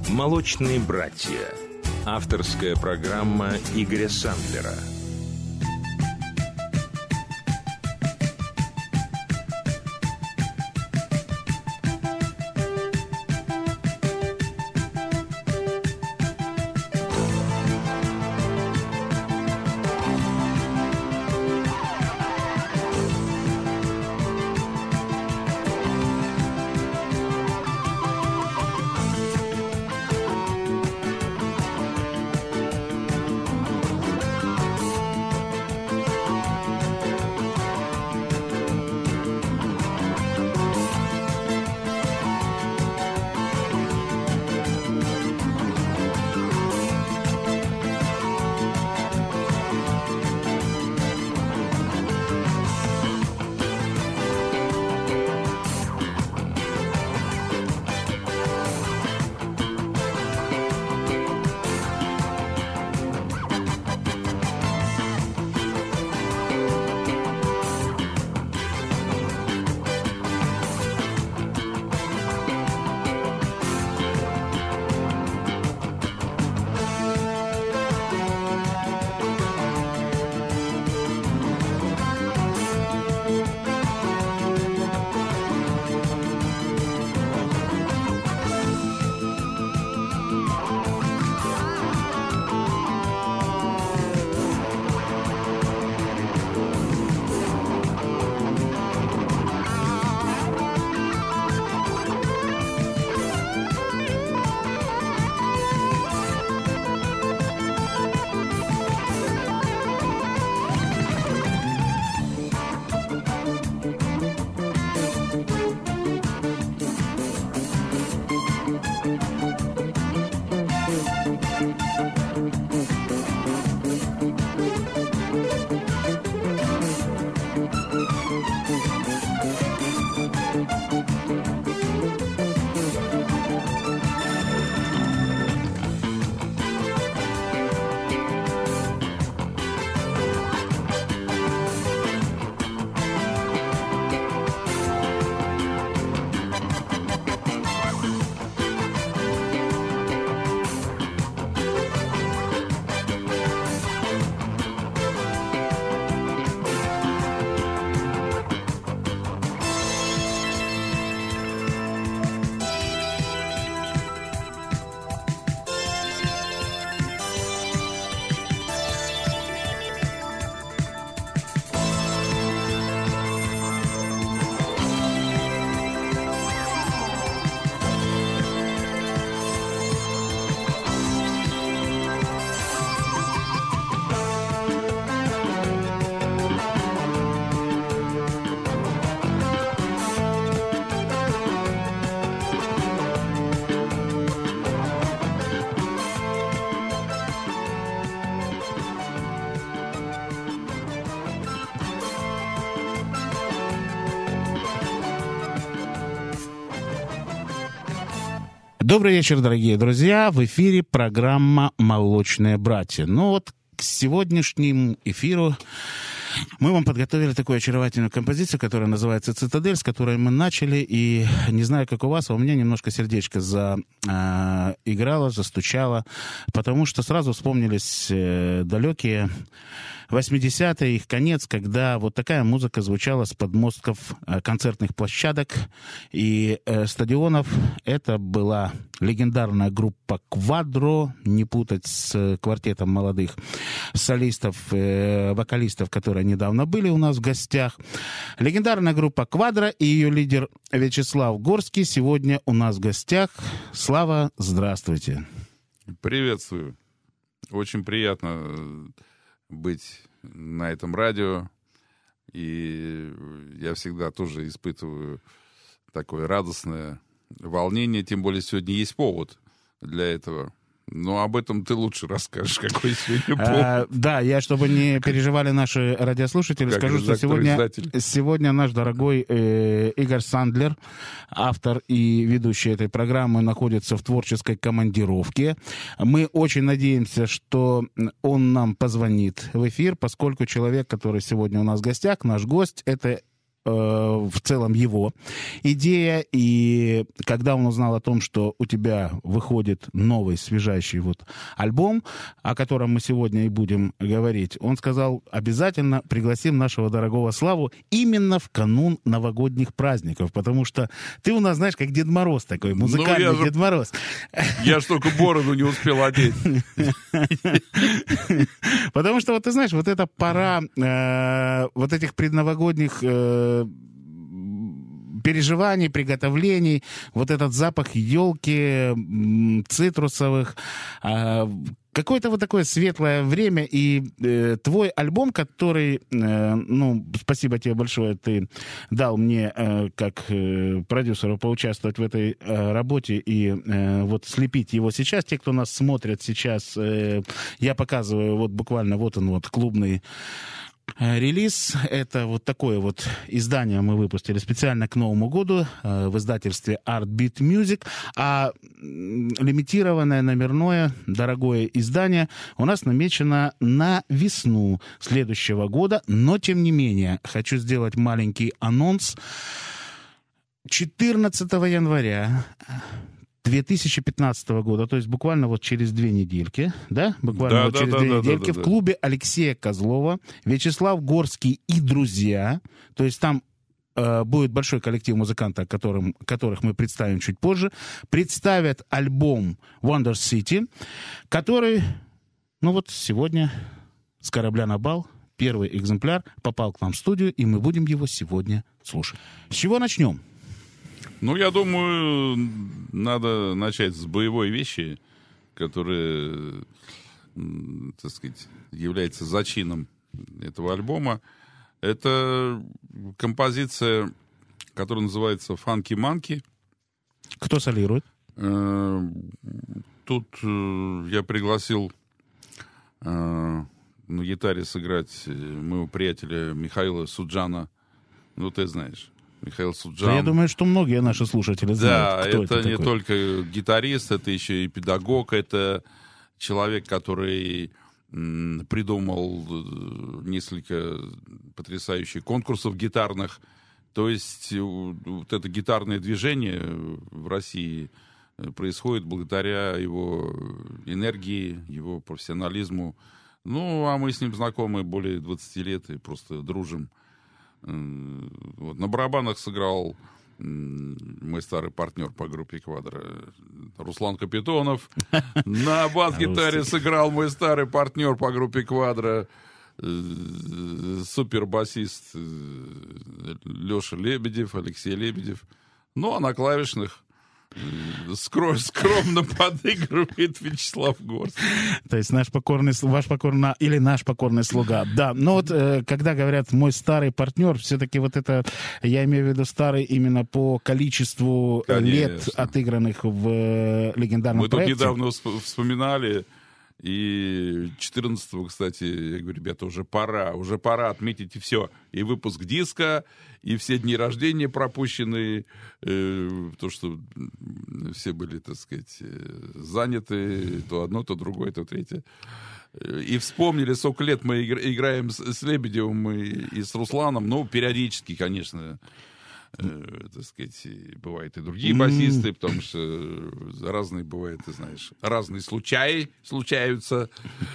«Молочные братья». Авторская программа Игоря Сандлера. Добрый вечер, дорогие друзья. В эфире программа «Молочные братья». Ну вот к сегодняшнему эфиру мы вам подготовили такую очаровательную композицию, которая называется «Цитадель», с которой мы начали. И не знаю, как у вас, а у меня немножко сердечко заиграло, застучало, потому что сразу вспомнились далекие 80-е, их конец, когда вот такая музыка звучала с подмостков концертных площадок и стадионов. Это была легендарная группа «Квадро», не путать с квартетом молодых солистов, вокалистов, которые недавно были у нас в гостях. Легендарная группа «Квадро» и ее лидер Вячеслав Горский сегодня у нас в гостях. Слава, здравствуйте. Приветствую. Очень приятно быть на этом радио. И я всегда тоже испытываю такое радостное волнение. Тем более сегодня есть повод для этого. Но об этом ты лучше расскажешь, какой сегодня повод. Да, я, чтобы не переживали наши радиослушатели, как скажу, что сегодня наш дорогой Игорь Сандлер, автор и ведущий этой программы, находится в творческой командировке. Мы очень надеемся, что он нам позвонит в эфир, поскольку человек, который сегодня у нас в гостях, наш гость, это в целом его идея. И когда он узнал о том, что у тебя выходит новый, свежайший вот альбом, о котором мы сегодня и будем говорить, он сказал, обязательно пригласим нашего дорогого Славу именно в канун новогодних праздников, потому что ты у нас, знаешь, как Дед Мороз такой, музыкальный Дед Мороз. Я ж только бороду не успел одеть. Потому что, вот ты знаешь, вот эта пора вот этих предновогодних переживаний, приготовлений, вот этот запах елки, цитрусовых, какое-то вот такое светлое время, и твой альбом, который, спасибо тебе большое, ты дал мне как продюсеру поучаствовать в этой работе и вот слепить его сейчас. Те, кто нас смотрит сейчас, я показываю вот буквально вот он вот клубный релиз. Это вот такое вот издание мы выпустили специально к Новому году в издательстве Art Beat Music. А лимитированное номерное дорогое издание у нас намечено на весну следующего года. Но, тем не менее, хочу сделать маленький анонс. 14 января 2015 года, то есть буквально вот через 2 недельки, да? Буквально через 2 недельки в клубе Алексея Козлова Вячеслав Горский и друзья, то есть там будет большой коллектив музыкантов, которых мы представим чуть позже, представят альбом Wonder City, который, вот сегодня с корабля на бал, первый экземпляр попал к нам в студию, и мы будем его сегодня слушать. С чего начнем? Я думаю, надо начать с боевой вещи, которая, так сказать, является зачином этого альбома. Это композиция, которая называется «Funky Monkey». Кто солирует? Тут я пригласил на гитаре сыграть моего приятеля Михаила Суджана. Ты знаешь. Михаил Суджан. Да, я думаю, что многие наши слушатели знают, кто это не такой. Только гитарист, это еще и педагог, это человек, который придумал несколько потрясающих конкурсов гитарных. То есть вот это гитарное движение в России происходит благодаря его энергии, его профессионализму. А мы с ним знакомы более 20 лет и просто дружим. На барабанах сыграл мой старый партнер по группе «Квадро» Руслан Капитонов. На бас-гитаре сыграл мой старый партнер по группе «Квадро», супербасист Леша Лебедев, Алексей Лебедев. А на клавишных скромно подыгрывает Вячеслав Горский. То есть наш покорный слуга. Да, когда говорят «мой старый партнер», все-таки вот это, я имею в виду старый именно по количеству лет, отыгранных в легендарном проекте. Мы тут недавно вспоминали, и 14-го, кстати, я говорю, ребята, уже пора отметить и все. И выпуск диска, и все дни рождения пропущенные, то, что все были, так сказать, заняты, то одно, то другое, то третье. И вспомнили, сколько лет мы играем с Лебедевым и с Русланом, периодически, конечно, так сказать, бывают и другие басисты, потому что разные бывают, ты знаешь, разные случаются.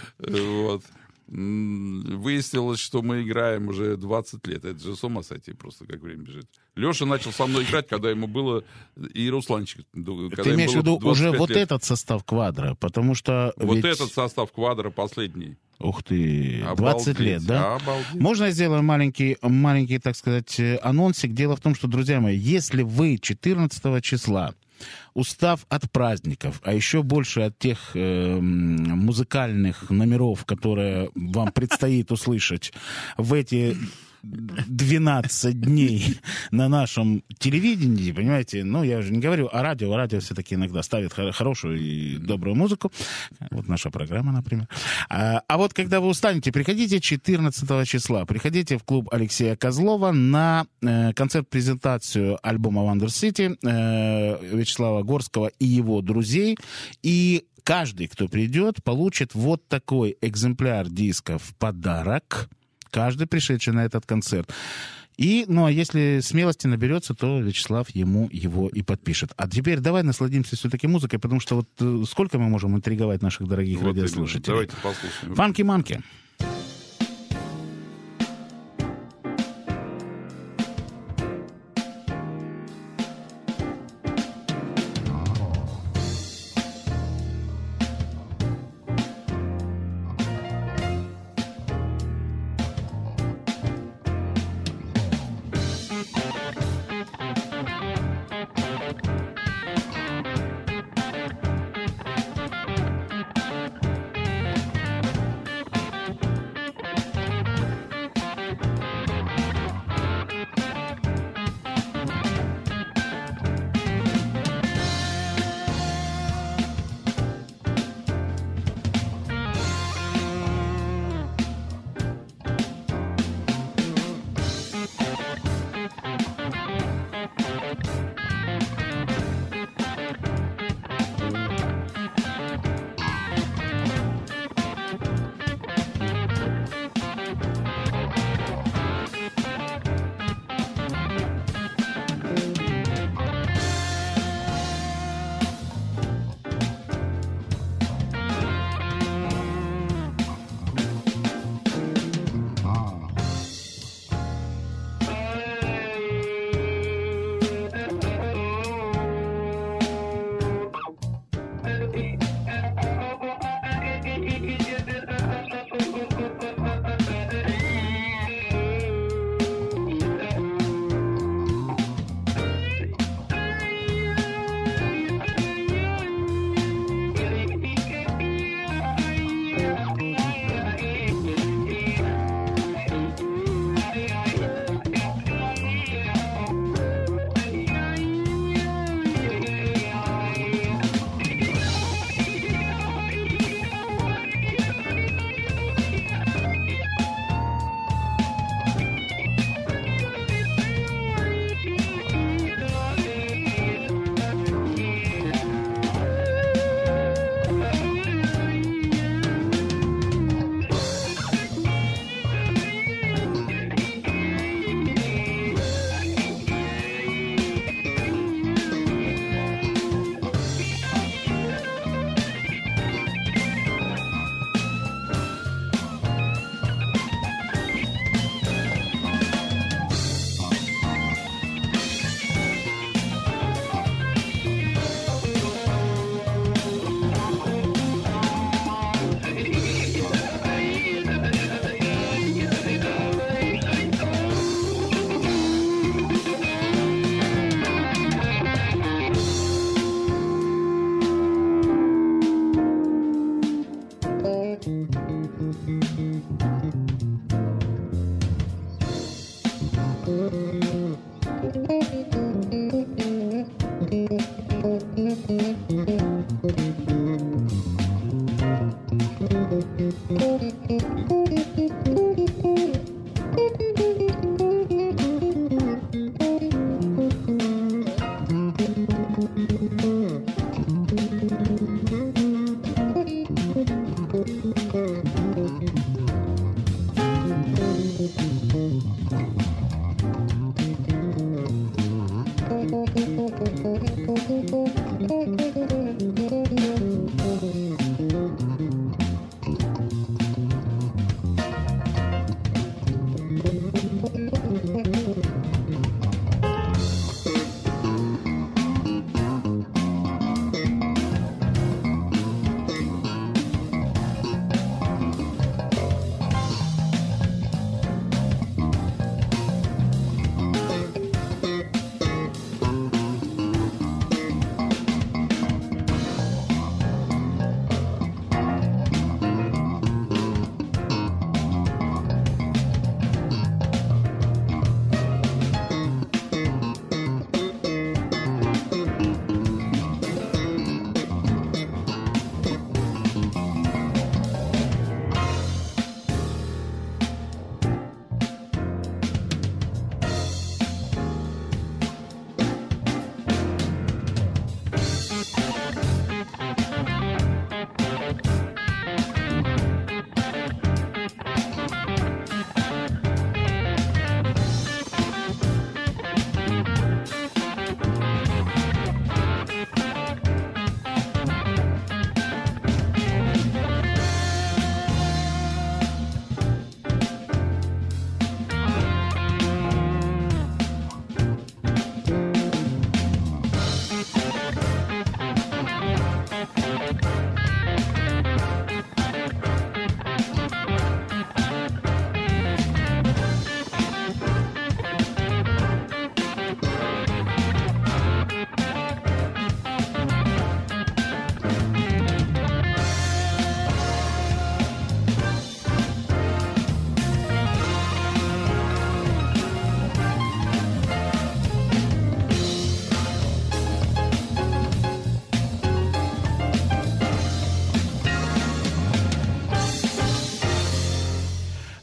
Выяснилось, что мы играем уже 20 лет. Это же с ума сойти просто, как время бежит. Леша начал со мной играть, когда ему было... И Русланчик. Ты имеешь в виду уже вот этот состав «Квадро», потому что... Этот состав «Квадро» последний. Ух ты, 20 Обалдеть, лет, да? Обалдеть. Можно я сделаю маленький, так сказать, анонсик? Дело в том, что, друзья мои, если вы 14 числа, устав от праздников, а еще больше от тех музыкальных номеров, которые вам предстоит услышать в эти 12 дней на нашем телевидении, понимаете, я уже не говорю о радио. Радио все-таки иногда ставит хорошую и добрую музыку. Вот наша программа, например. А вот когда вы устанете, приходите 14 числа. Приходите в клуб Алексея Козлова на концерт-презентацию альбома Wonder City Вячеслава Горского и его друзей. И каждый, кто придет, получит вот такой экземпляр диска в подарок. Каждый, пришедший на этот концерт. Ну, а если смелости наберется, то Вячеслав ему его и подпишет. А теперь давай насладимся все-таки музыкой, потому что вот сколько мы можем интриговать наших дорогих Вот радиослушателей. давайте послушаем. Фанки-манки.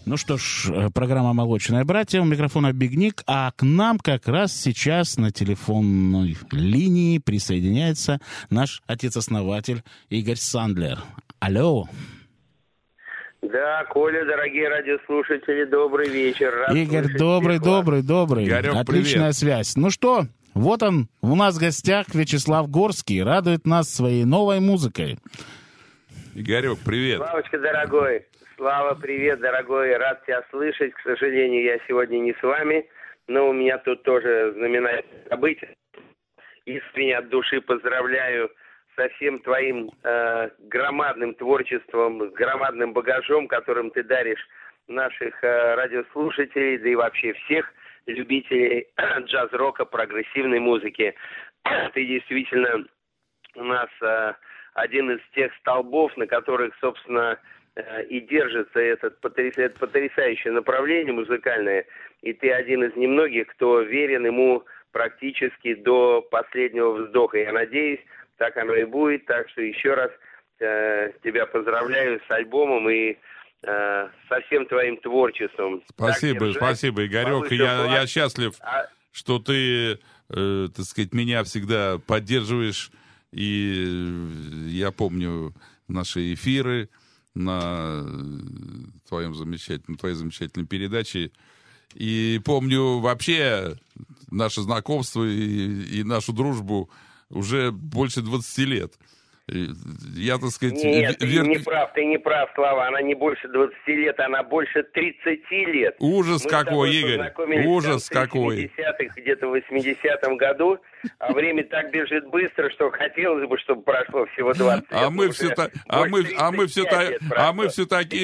Ну что ж, программа «Молочные братья», у микрофона Биг Ник, а к нам как раз сейчас на телефонной линии присоединяется наш отец-основатель Игорь Сандлер. Алло. Да, Коля, дорогие радиослушатели, добрый вечер. Рад Игорь, слышать добрый. Игорек, Отличная привет. связь. Ну что, вот он, у нас в гостях Вячеслав Горский, радует нас своей новой музыкой. Игорек, привет. Славочка, дорогой. Слава, привет, дорогой. Рад тебя слышать. К сожалению, я сегодня не с вами, но у меня тут тоже знаменательное событие. Искренне от души поздравляю со всем твоим громадным творчеством, громадным багажом, которым ты даришь наших радиослушателей, да и вообще всех любителей джаз-рока, прогрессивной музыки. Ты действительно у нас один из тех столбов, на которых, собственно, и держится это потрясающее направление музыкальное. И ты один из немногих, кто верен ему практически до последнего вздоха. Я надеюсь, так оно и будет. Так что еще раз тебя поздравляю с альбомом и со всем твоим творчеством. Спасибо, Игорек. Я счастлив, что ты, так сказать, меня всегда поддерживаешь. И я помню наши эфиры на твоей замечательной передаче. И помню вообще наше знакомство и нашу дружбу уже больше 20 лет. Я, так сказать... Нет, ты не прав, Слава. Она не больше 20 лет, она больше 30 лет. Ужас какой, Игорь! Ужас какой! В 70-х, где-то в 80-м году, а время так бежит быстро, что хотелось бы, чтобы прошло всего 20 лет. Мы все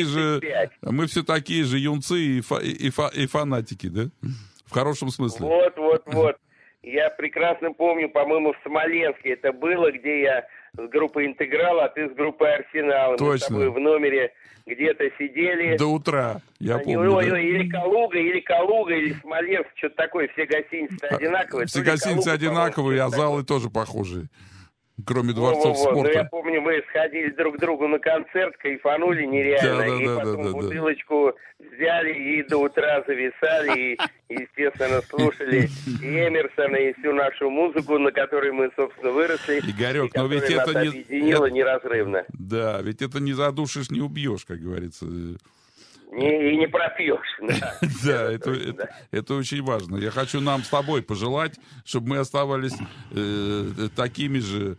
такие же юнцы и фанатики, да? В хорошем смысле. Вот. Я прекрасно помню, по-моему, в Смоленске это было, где я с группой «Интеграл», а ты с группой «Арсенал». Точно. Мы с тобой в номере где-то сидели. До утра, я помню. Да. Или Калуга, или Смоленск, что-то такое. Все гостиницы одинаковые. Все гостиницы одинаковые, а залы тоже похожие. Кроме дворцов спорта. Ну, я помню, мы сходили друг к другу на концерт, кайфанули нереально. И потом бутылочку взяли и до утра зависали, и, естественно, слушали и Эмерсона, и всю нашу музыку, на которой мы, собственно, выросли. Игорек, но ведь это нас объединило неразрывно. Да, ведь это не задушишь, не убьешь, как говорится. И не пропьешь. Да, это очень важно. Я хочу нам с тобой пожелать, чтобы мы оставались такими же.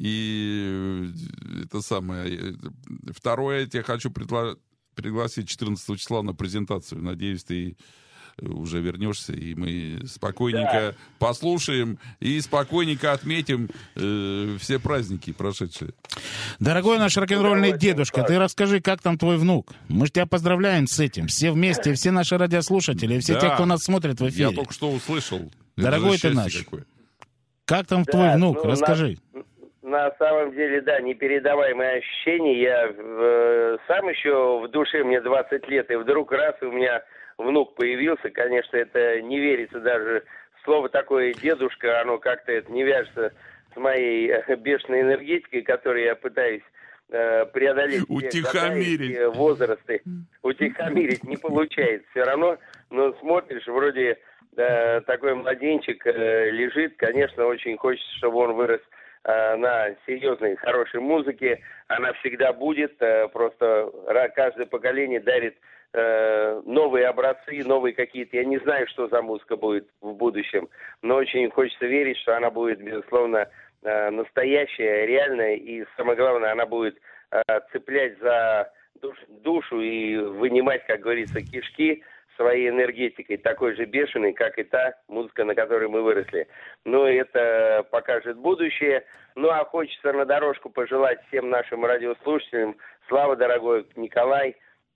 И это самое. Второе, я тебя хочу пригласить 14 числа на презентацию. Надеюсь, ты уже вернешься, и мы спокойненько послушаем и спокойненько отметим все праздники прошедшие. Дорогой наш рок-н-ролльный дедушка, ты расскажи, как там твой внук? Мы же тебя поздравляем с этим. Все вместе, все наши радиослушатели, все те, кто нас смотрит в эфире. Я только что услышал. Дорогой ты наш, как там твой внук? Расскажи. На самом деле, да, непередаваемые ощущения. Я сам еще в душе, мне 20 лет, и вдруг раз у меня внук появился. Конечно, это не верится даже. Слово такое «дедушка», оно как-то это не вяжется с моей бешеной энергетикой, которую я пытаюсь преодолеть. Утихомирить. Возрасты. Утихомирить не получается все равно. Но смотришь, вроде такой младенчик лежит. Конечно, очень хочется, чтобы он вырос на серьезной, хорошей музыке. Она всегда будет. Просто каждое поколение дарит новые образцы, новые какие-то. Я не знаю, что за музыка будет в будущем, но очень хочется верить, что она будет, безусловно, настоящая, реальная, и самое главное, она будет цеплять за душу и вынимать, как говорится, кишки своей энергетикой, такой же бешеной, как и та музыка, на которой мы выросли. Но это покажет будущее. Ну, а хочется на дорожку пожелать всем нашим радиослушателям, Слава, дорогой Николай,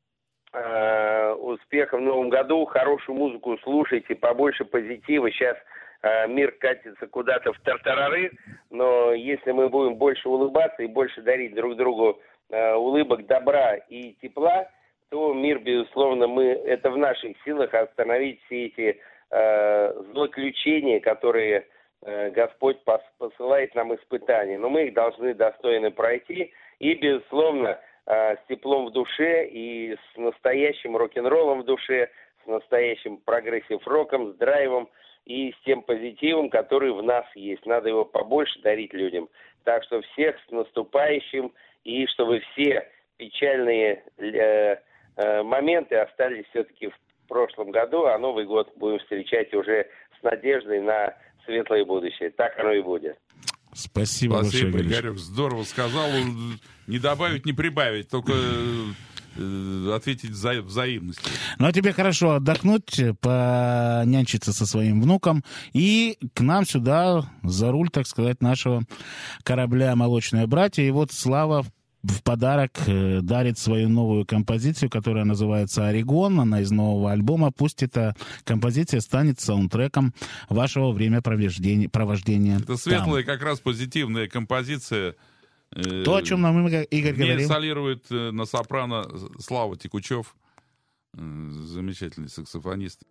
успехов в новом году, хорошую музыку слушайте, побольше позитива. Сейчас мир катится куда-то в тартарары, но если мы будем больше улыбаться и больше дарить друг другу улыбок, добра и тепла, то мир, безусловно, это в наших силах остановить все эти злоключения, которые Господь посылает нам испытания. Но мы их должны достойно пройти. И, безусловно, с теплом в душе и с настоящим рок-н-роллом в душе, с настоящим прогрессив-роком, с драйвом и с тем позитивом, который в нас есть. Надо его побольше дарить людям. Так что всех с наступающим, и чтобы все печальные моменты остались все-таки в прошлом году, а Новый год будем встречать уже с надеждой на светлое будущее. Так оно и будет. Спасибо большое, Игорек. Здорово сказал. Не добавить, не прибавить, только ответить взаимностью. Ну, а тебе хорошо отдохнуть, понянчиться со своим внуком и к нам сюда, за руль, так сказать, нашего корабля «Молочные братья». И вот Слава в подарок дарит свою новую композицию, которая называется «Орегон». Она из нового альбома. Пусть эта композиция станет саундтреком вашего времяпровождения. Это светлая, как раз позитивная композиция. То, о чем нам Игорь говорил. Мне солирует на сопрано Слава Текучев, замечательный саксофонист.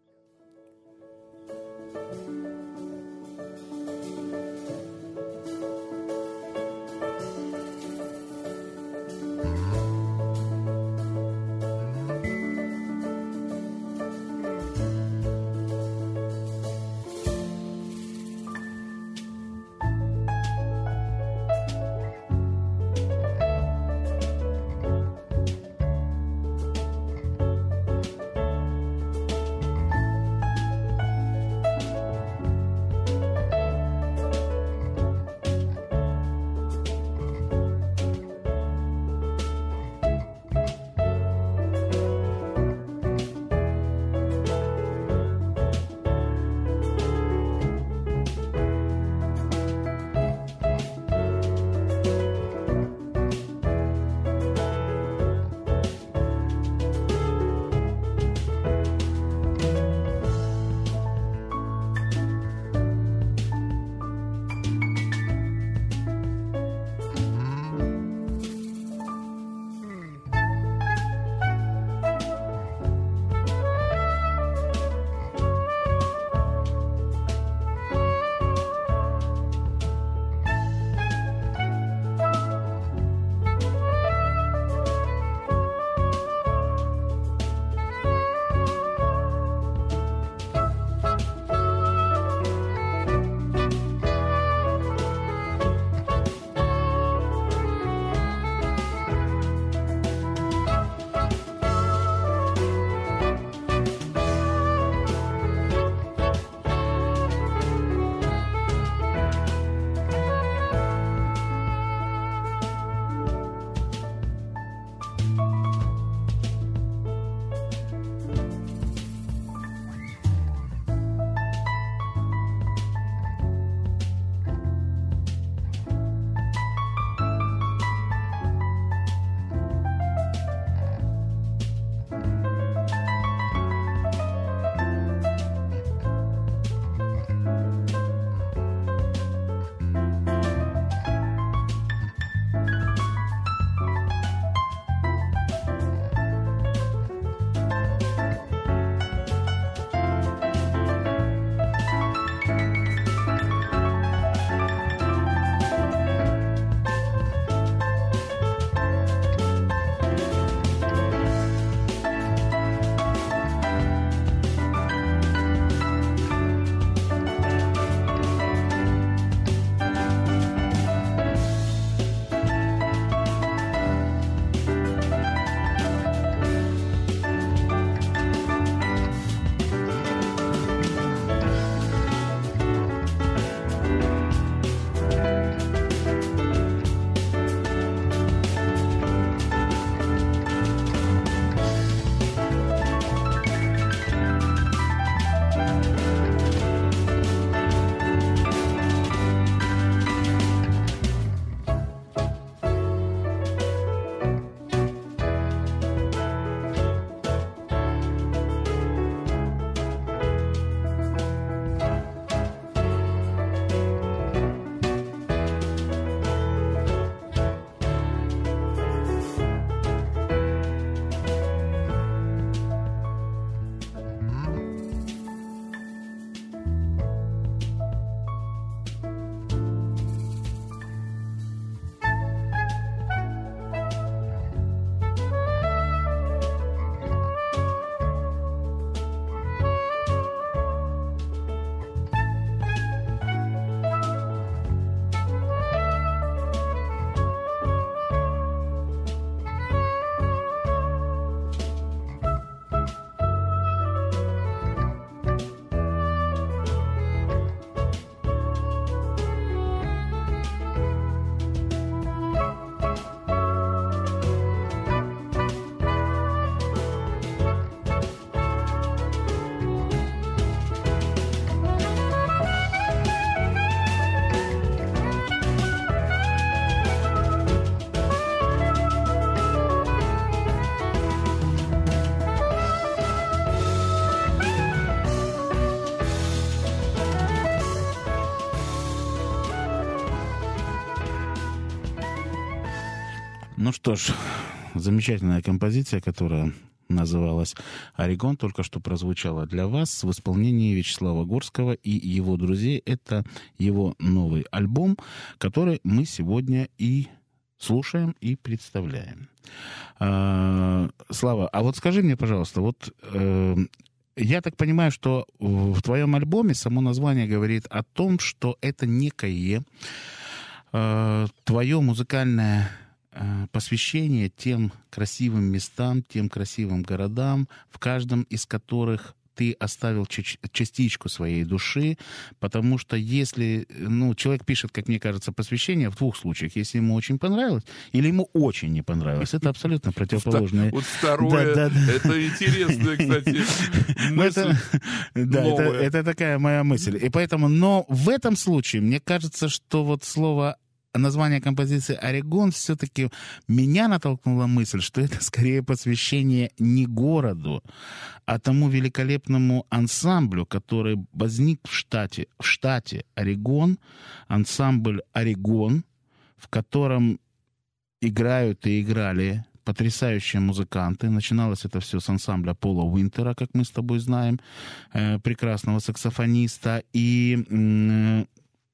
Ну что ж, замечательная композиция, которая называлась «Орегон», только что прозвучала для вас в исполнении Вячеслава Горского и его друзей. Это его новый альбом, который мы сегодня и слушаем и представляем. Слава, а вот скажи мне, пожалуйста, вот я так понимаю, что в твоем альбоме само название говорит о том, что это некое твое музыкальное посвящение тем красивым местам, тем красивым городам, в каждом из которых ты оставил частичку своей души, потому что если, человек пишет, как мне кажется, посвящение в двух случаях. Если ему очень понравилось, или ему очень не понравилось. Это абсолютно противоположное. Вот второе, это интересно, кстати, мысль. Да, это такая моя мысль. И поэтому, но в этом случае, мне кажется, что вот название композиции «Орегон» все-таки меня натолкнула мысль, что это скорее посвящение не городу, а тому великолепному ансамблю, который возник в штате Орегон, ансамбль «Орегон», в котором играют и играли потрясающие музыканты. Начиналось это все с ансамбля Пола Уинтера, как мы с тобой знаем, прекрасного саксофониста, и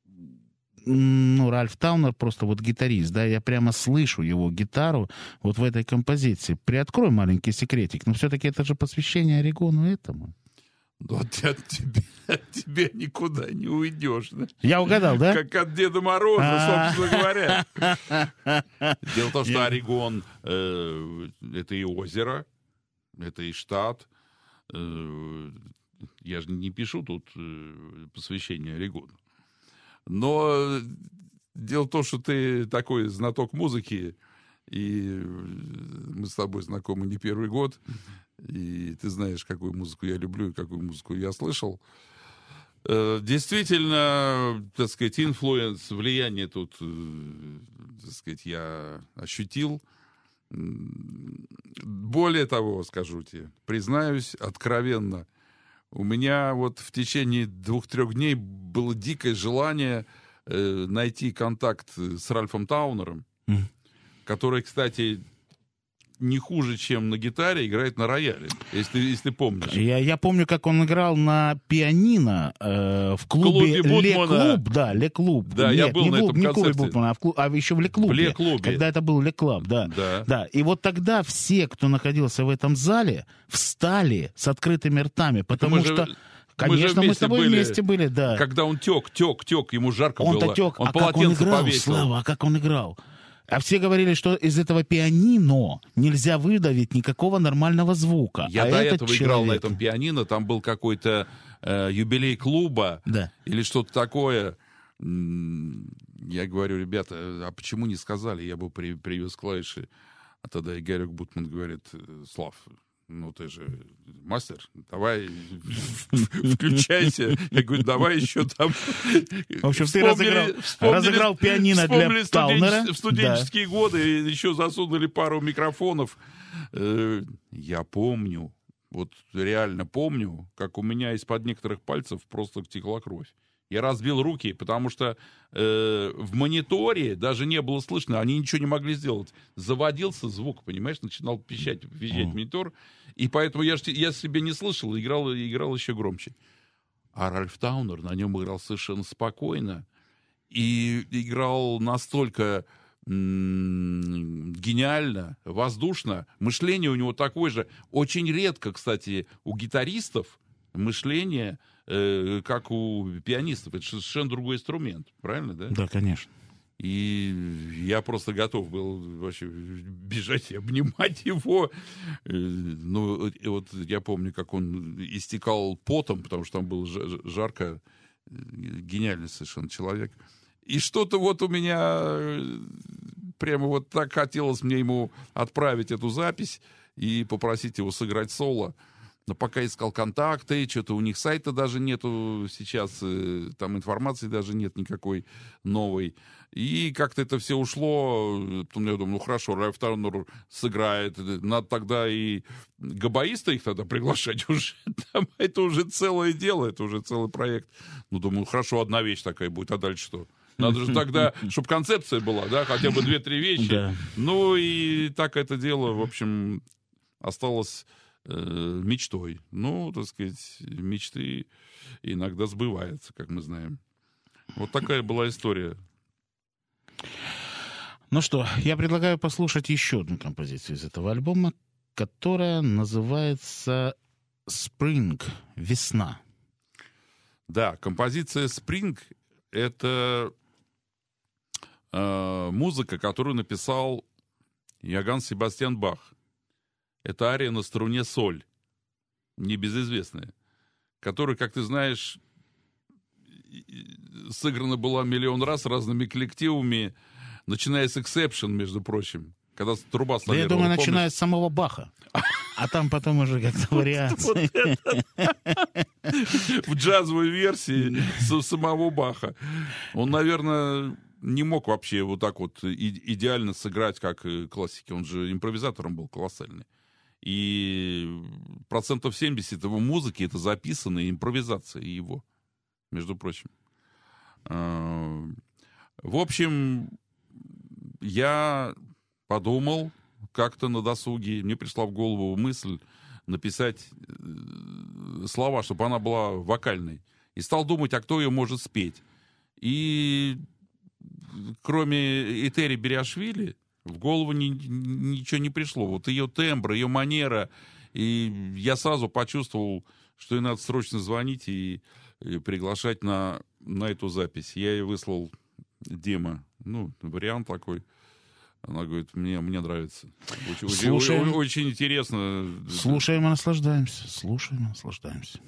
Ральф Таунер просто вот гитарист, да, я прямо слышу его гитару вот в этой композиции. Приоткрой маленький секретик, но все-таки это же посвящение Орегону этому. Ну, от тебя никуда не уйдешь. Да? Я угадал, да? Как от Деда Мороза, собственно говоря. Дело в том, что Орегон это и озеро, это и штат. Я же не пишу тут посвящение Орегону. Но дело в том, что ты такой знаток музыки, и мы с тобой знакомы не первый год, и ты знаешь, какую музыку я люблю и какую музыку я слышал. Действительно, так сказать, инфлюенс, влияние тут, так сказать, я ощутил. Более того, скажу тебе, признаюсь откровенно, у меня вот в течение 2-3 дней было дикое желание найти контакт с Ральфом Таунером, который, кстати, не хуже, чем на гитаре, играет на рояле, если ты помнишь. Я помню, как он играл на пианино в клубе Ле-клуб. Да, Ле-клуб. Да, Нет, я был на этом концерте. Не в клубе Бутмана, а еще в Ле-клубе. В Ле-клубе. Когда это был Ле-клуб, да. Да. И вот тогда все, кто находился в этом зале, встали с открытыми ртами, потому что... Конечно, мы с тобой вместе были, да. Когда он тек, ему жарко было. Он-то тек, а как он играл, повесил. Слава, а как он играл? А все говорили, что из этого пианино нельзя выдавить никакого нормального звука. Я до этого играл на этом пианино, там был какой-то юбилей клуба, да, или что-то такое. Я говорю, ребята, а почему не сказали? Я бы привез клавиши. А тогда Игорек Бутман говорит, Слав, ну ты же мастер, давай включайся. Я говорю, давай еще там... В общем, ты разыграл пианино для Таунера. В студенческие годы еще засунули пару микрофонов. Я помню, вот реально помню, как у меня из-под некоторых пальцев просто текла кровь. Я разбил руки, потому что в мониторе даже не было слышно, они ничего не могли сделать. Заводился звук, понимаешь, начинал визжать монитор, и поэтому я себе не слышал, играл еще громче. А Ральф Таунер на нем играл совершенно спокойно и играл настолько гениально, воздушно. Мышление у него такое же. Очень редко, кстати, у гитаристов мышление... как у пианистов. Это совершенно другой инструмент. Правильно, да? Да, конечно. И я просто готов был вообще бежать и обнимать его. Ну, вот я помню, как он истекал потом, потому что там было жарко. Гениальный совершенно человек. И что-то вот у меня прямо вот так хотелось мне ему отправить эту запись и попросить его сыграть соло. Но пока искал контакты, что-то у них сайта даже нету сейчас, там информации даже нет никакой новой. И как-то это все ушло. Потом я думаю, ну хорошо, Ральф Таунер сыграет. Надо тогда и габаиста их тогда приглашать уже. Там, это уже целое дело, это уже целый проект. Ну, думаю, хорошо, одна вещь такая будет, а дальше что? Надо же тогда, чтобы концепция была, да, хотя бы 2-3 вещи. Да. Ну, и так это дело, в общем, осталось мечтой. Ну, так сказать, мечты иногда сбываются, как мы знаем. Вот такая была история. Ну что, я предлагаю послушать еще одну композицию из этого альбома, которая называется «Spring», «Весна». Да, композиция «Spring» — это музыка, которую написал Иоганн Себастьян Бах. Это ария на струне соль, небезызвестная, которая, как ты знаешь, сыграна была миллион раз разными коллективами, начиная с «Exception», между прочим, когда труба солировала. Я думаю, помнишь? начиная с самого Баха, а там потом уже как-то вариации. В джазовой версии самого Баха. Он, наверное, не мог вообще вот так вот идеально сыграть, как классики. Он же импровизатором был колоссальный. И 70% его музыки — это записанная импровизация его, между прочим. В общем, я подумал как-то на досуге, мне пришла в голову мысль написать слова, чтобы она была вокальной. И стал думать, а кто ее может спеть. И кроме Этери Бериашвили в голову ничего не пришло. Вот ее тембр, ее манера. И я сразу почувствовал, что ей надо срочно звонить и приглашать на эту запись. Я ей выслал демо. Ну, вариант такой. Она говорит, мне нравится. Очень интересно. Слушаем и наслаждаемся. Слушаем и наслаждаемся.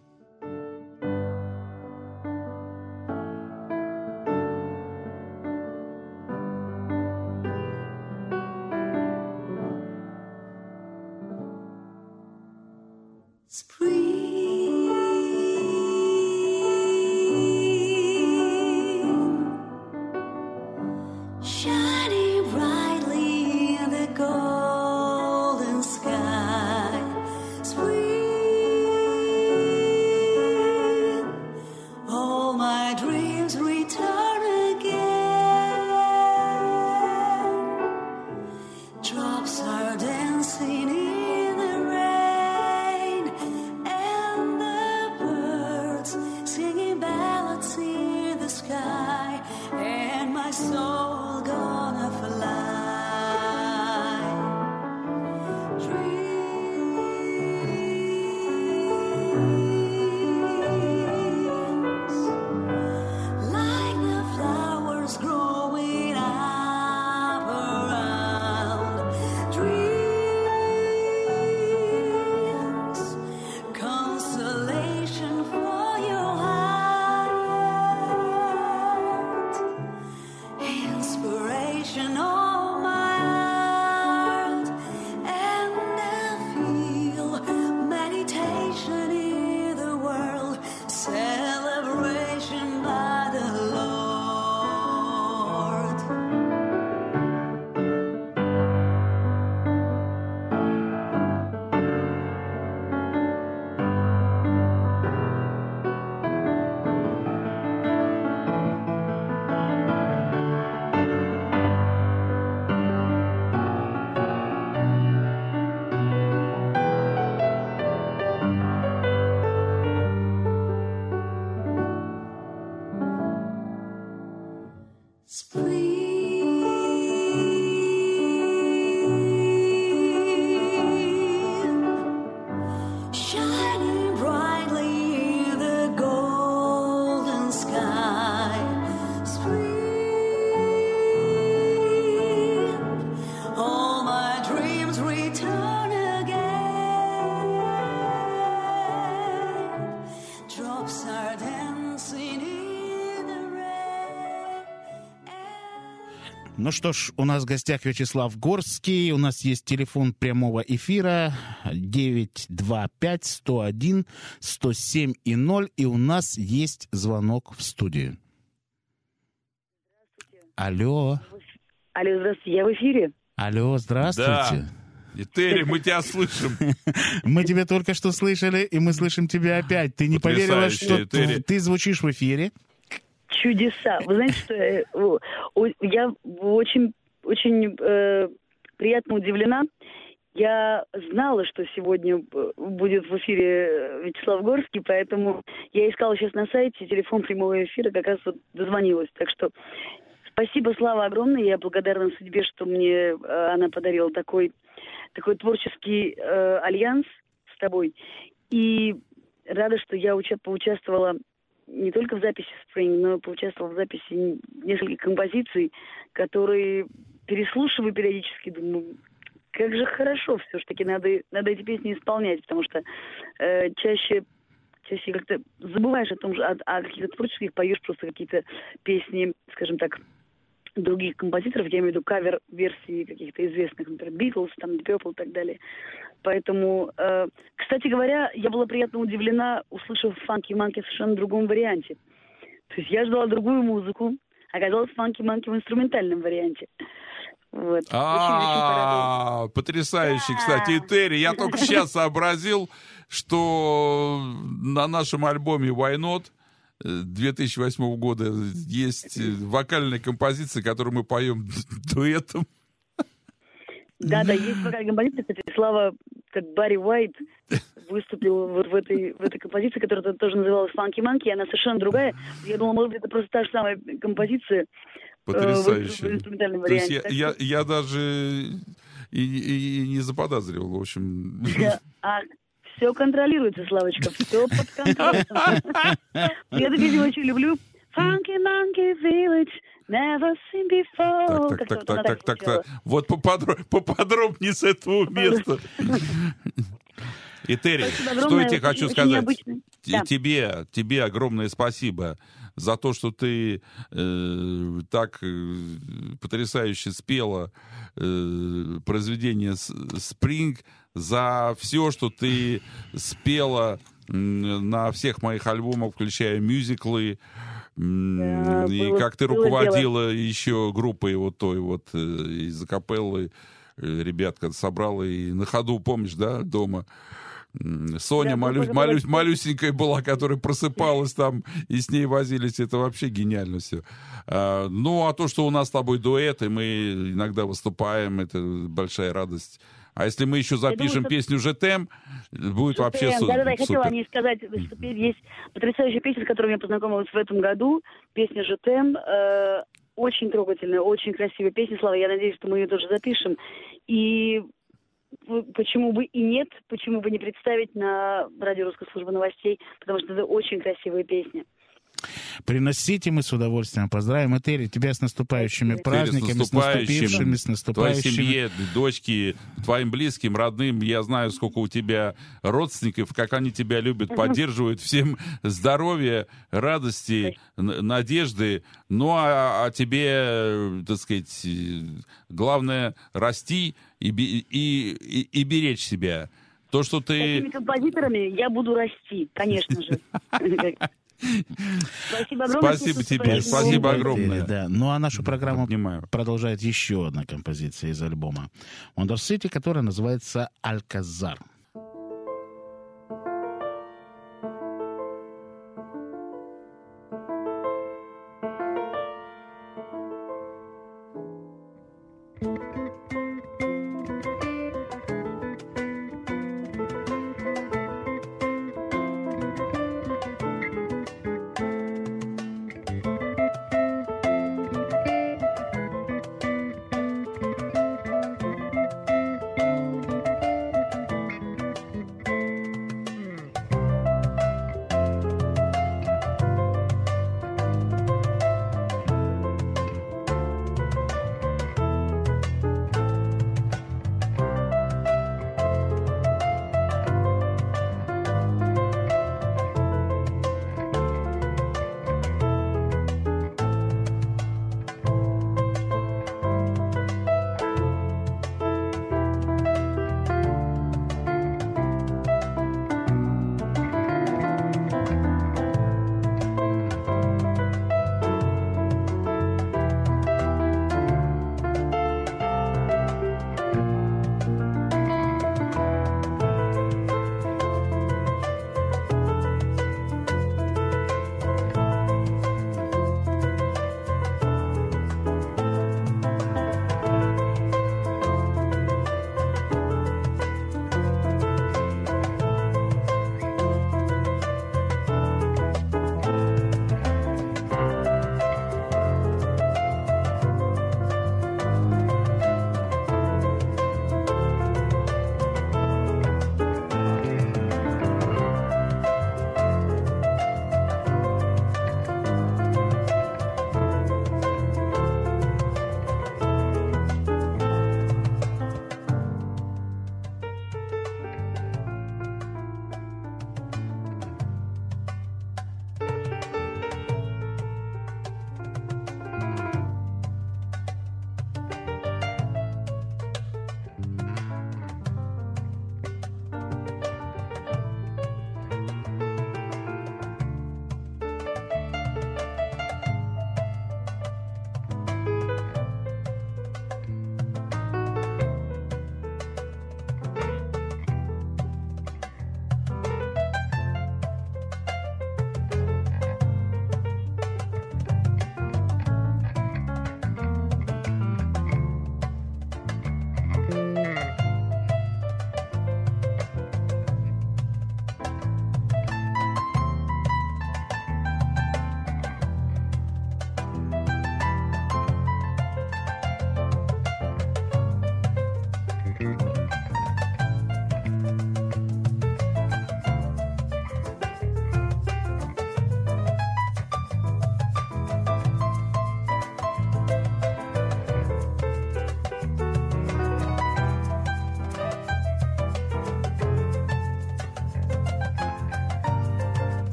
Ну что ж, у нас в гостях Вячеслав Горский. У нас есть телефон прямого эфира 925-101-107-0. И у нас есть звонок в студию. Алло. Алло, здравствуйте, я в эфире. Алло, здравствуйте. Да. Этери, мы тебя слышим. Мы тебя только что слышали, и мы слышим тебя опять. Ты не поверила, что ты звучишь в эфире? чудеса. Вы знаете, что я очень приятно удивлена. Я знала, что сегодня будет в эфире Вячеслав Горский, поэтому я искала сейчас на сайте телефон прямого эфира, как раз вот дозвонилась. Так что спасибо, Слава, огромное. Я благодарна судьбе, что мне она подарила такой творческий альянс с тобой. И рада, что я поучаствовала не только в записи Spring, но и поучаствовала в записи нескольких композиций, которые переслушиваю периодически, думаю, как же хорошо все-таки надо эти песни исполнять, потому что чаще как-то забываешь о каких-то творческих, поешь просто какие-то песни, скажем так, других композиторов, я имею в виду кавер-версии каких-то известных, например, Beatles, там, Deep Purple и так далее. Поэтому, кстати говоря, я была приятно удивлена, услышав Funky Monkey в совершенно другом варианте. То есть я ждала другую музыку, оказалось Funky Monkey в инструментальном варианте. Вот. Потрясающий, кстати, Терри. Я только сейчас сообразил, что на нашем альбоме Why Not 2008 года есть вокальная композиция, которую мы поем дуэтом. Да, есть вокальная композиция, кстати, Слава, как Барри Уайт, выступил вот в этой композиции, которая тоже называлась Funky Monkey, она совершенно другая. Я думала, может быть, это просто та же самая композиция. Потрясающе. В То есть я даже и не заподозрил, в общем. Все контролируется, Славочка, все под контролем. Я эту песню очень люблю. Funky Monkey Village, never seen before. Так. Вот поподробнее с этого места. И, Терри, что я тебе хочу сказать? Тебе огромное спасибо за то, что ты так потрясающе спела произведение «Spring», за все, что ты спела на всех моих альбомах, включая мюзиклы, и как ты руководила еще группой вот той вот из акапеллы, ребят, когда собрала и на ходу, помнишь, да, дома? Соня малюсенькая была, которая просыпалась там, и с ней возились. Это вообще гениально все. Ну, а то, что у нас с тобой дуэт, и мы иногда выступаем, это большая радость. А если мы еще запишем песню «Жетем», будет вообще супер. Да, я хотела о ней сказать, что есть потрясающая песня, с которой я познакомилась в этом году. Песня «Жетем». Очень трогательная, очень красивая песня, Слава. Я надеюсь, что мы ее тоже запишем. И почему бы и нет, почему бы не представить на радио Русской службы новостей, потому что это очень красивая песня. Приносите, мы с удовольствием поздравим. И, Терри, тебя с наступающими праздниками, с наступившими. Твоей семье, дочке, твоим близким, родным. Я знаю, сколько у тебя родственников, как они тебя любят, поддерживают. Всем здоровья, радости, надежды. Ну, а тебе, так сказать, главное, расти и беречь себя. То, что ты... С этими композиторами я буду расти, конечно же. Спасибо огромное. Спасибо тебе, спасибо огромное. Да. Ну а нашу программу продолжает еще одна композиция из альбома Wonder City, которая называется «Альказар».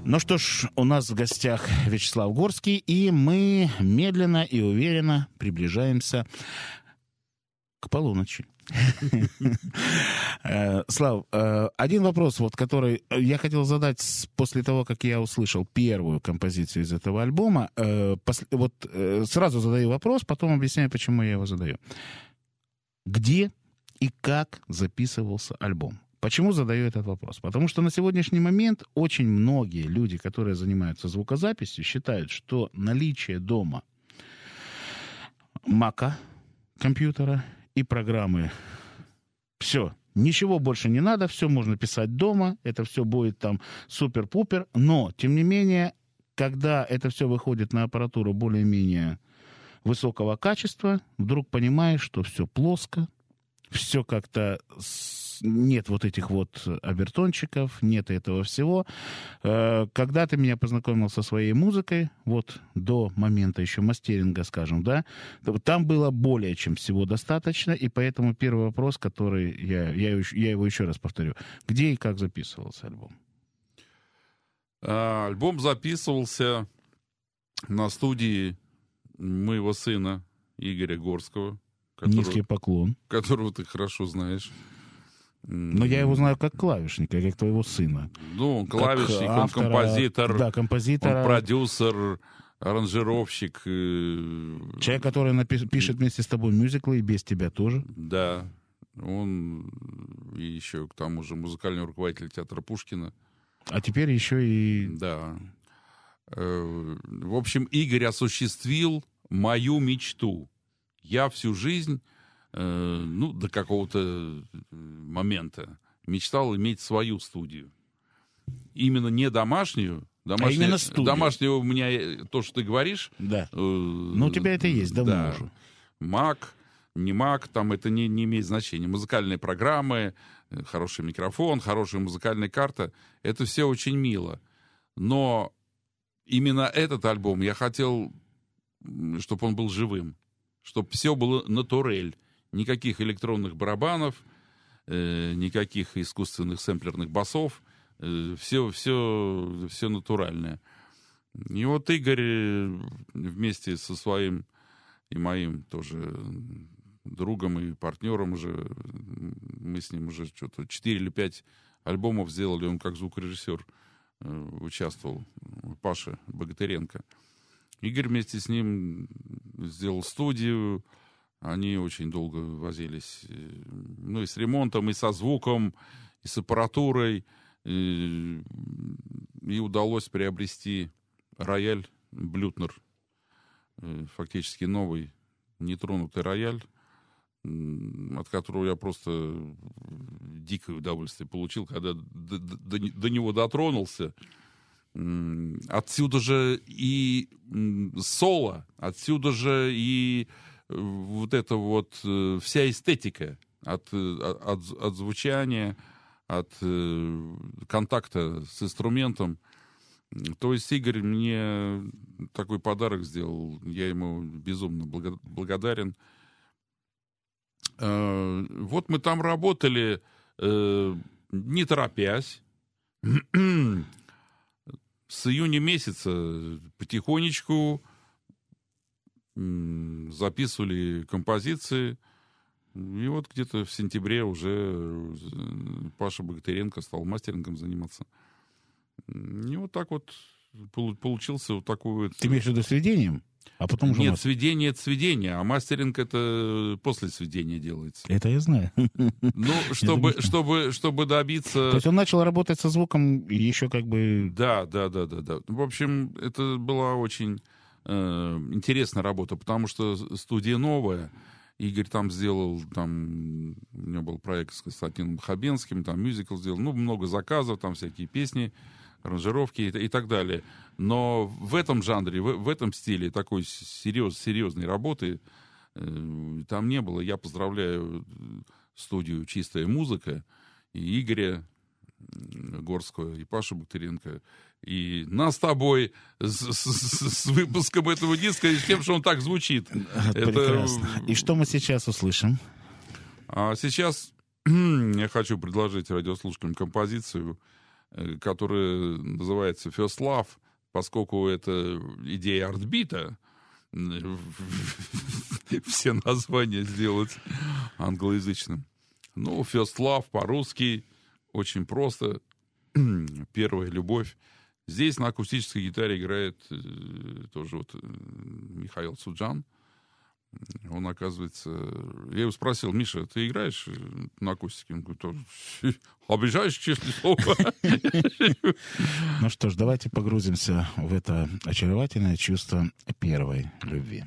Ну что ж, у нас в гостях Вячеслав Горский, и мы медленно и уверенно приближаемся к полуночи. Слав, один вопрос, вот, который я хотел задать после того, как я услышал первую композицию из этого альбома. Вот сразу задаю вопрос, потом объясняю, почему я его задаю. Где и как записывался альбом? Почему задаю этот вопрос? Потому что на сегодняшний момент очень многие люди, которые занимаются звукозаписью, считают, что наличие дома Мака, компьютера и программы, все, ничего больше не надо, все можно писать дома, это все будет там супер-пупер, но, тем не менее, когда это все выходит на аппаратуру более-менее высокого качества, вдруг понимаешь, что все плоско, все как-то нет вот этих вот обертончиков, нет этого всего. Когда ты меня познакомил со своей музыкой, вот до момента еще мастеринга, скажем, да, там было более чем всего достаточно, и поэтому первый вопрос, который я его еще раз повторю. Где и как записывался альбом? Альбом записывался на студии моего сына Игоря Горского. Низкий поклон. Которого ты хорошо знаешь. Но я его знаю как клавишника, как твоего сына. Ну, он клавишник, автора, он композитор, да, композитор, он продюсер, аранжировщик. Человек, который пишет вместе с тобой мюзиклы и без тебя тоже. Да. Он и еще, к тому же, музыкальный руководитель театра Пушкина. А теперь еще и... Да. В общем, Игорь осуществил мою мечту. Я всю жизнь, до какого-то момента мечтал иметь свою студию. Именно не домашнюю. А именно студию. Домашнюю у меня, то, что ты говоришь. Да. Ну, у тебя это есть давно да. уже. Мак, не Мак, там это не имеет значения. Музыкальные программы, хороший микрофон, хорошая музыкальная карта. Это все очень мило. Но именно этот альбом я хотел, чтобы он был живым. Чтобы все было натурель. Никаких электронных барабанов, никаких искусственных сэмплерных басов. Все натуральное. И вот Игорь вместе со своим и моим тоже другом и партнером уже, мы с ним уже что-то 4 или 5 альбомов сделали, он как звукорежиссер участвовал, Паша Богатыренко. Игорь вместе с ним сделал студию, они очень долго возились, и с ремонтом, и со звуком, и с аппаратурой, и удалось приобрести рояль Блютнер, фактически новый, нетронутый рояль, от которого я просто дикое удовольствие получил, когда до него дотронулся. Отсюда же и соло, отсюда же и вот эта вот вся эстетика от звучания, от контакта с инструментом. То есть Игорь мне такой подарок сделал, я ему безумно благодарен. Вот мы там работали, не торопясь. С июня месяца потихонечку записывали композиции. И вот где-то в сентябре уже Паша Богатыренко стал мастерингом заниматься. И вот так вот получился вот такой вот... Ты имеешь в виду сведением? А потом уже... Нет, сведение — это сведение, а мастеринг — это после сведения делается. Это я знаю. Ну, чтобы добиться... То есть он начал работать со звуком еще как бы... Да. В общем, это была очень интересная работа, потому что студия новая. Игорь там сделал, у него был проект с Константином Хабенским, там мюзикл сделал, много заказов, там всякие песни, аранжировки и так далее. Но в этом жанре, в этом стиле такой серьезной работы там не было. Я поздравляю студию «Чистая музыка» и Игоря Горского, и Пашу Богатыренко, и нас с тобой с выпуском этого диска, и с тем, что он так звучит. Прекрасно. И что мы сейчас услышим? А сейчас я хочу предложить радиослушателям композицию которая называется First Love, поскольку это идея артбита, все названия сделать англоязычным. Ну, First Love по-русски очень просто. Первая любовь. Здесь на акустической гитаре играет тоже вот Михаил Цуджан. Он, оказывается... Я его спросил: Миша, ты играешь на акустике? Он говорит: обижаешь, честное слово. Ну что ж, давайте погрузимся в это очаровательное чувство первой любви.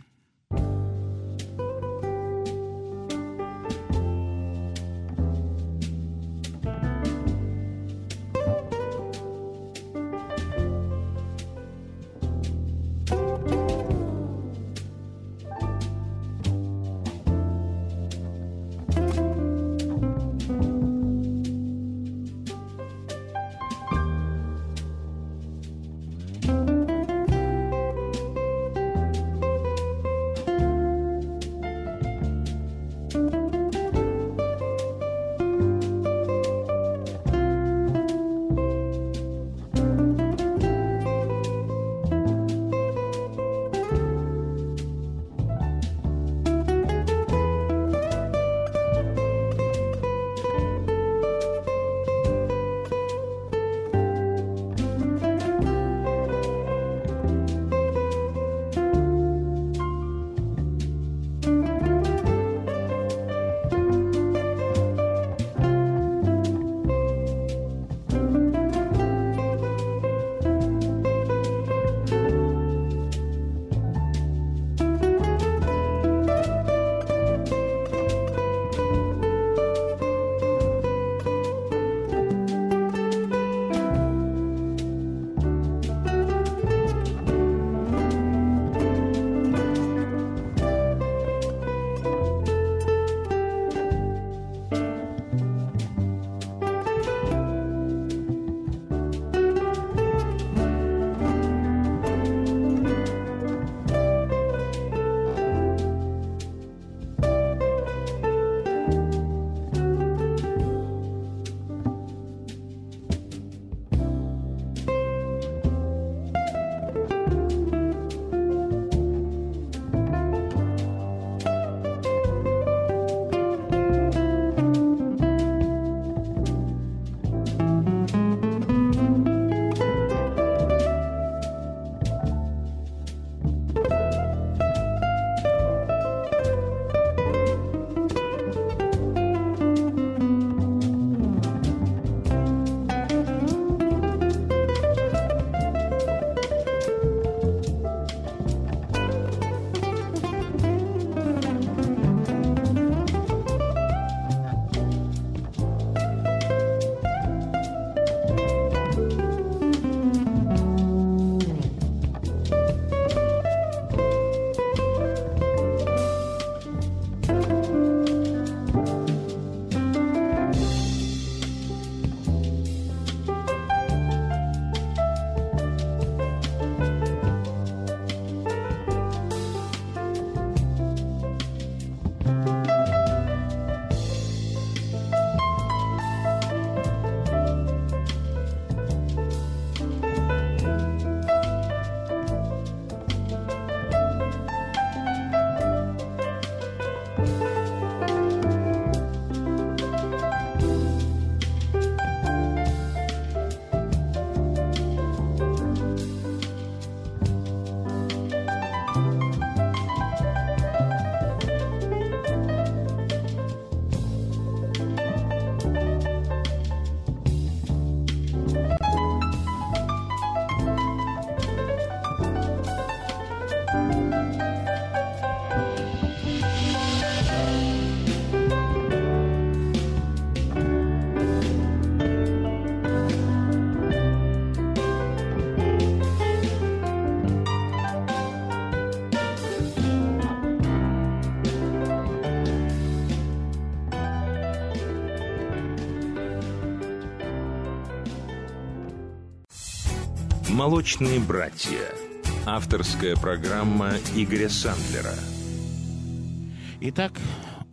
«Молочные братья». Авторская программа Игоря Сандлера. Итак,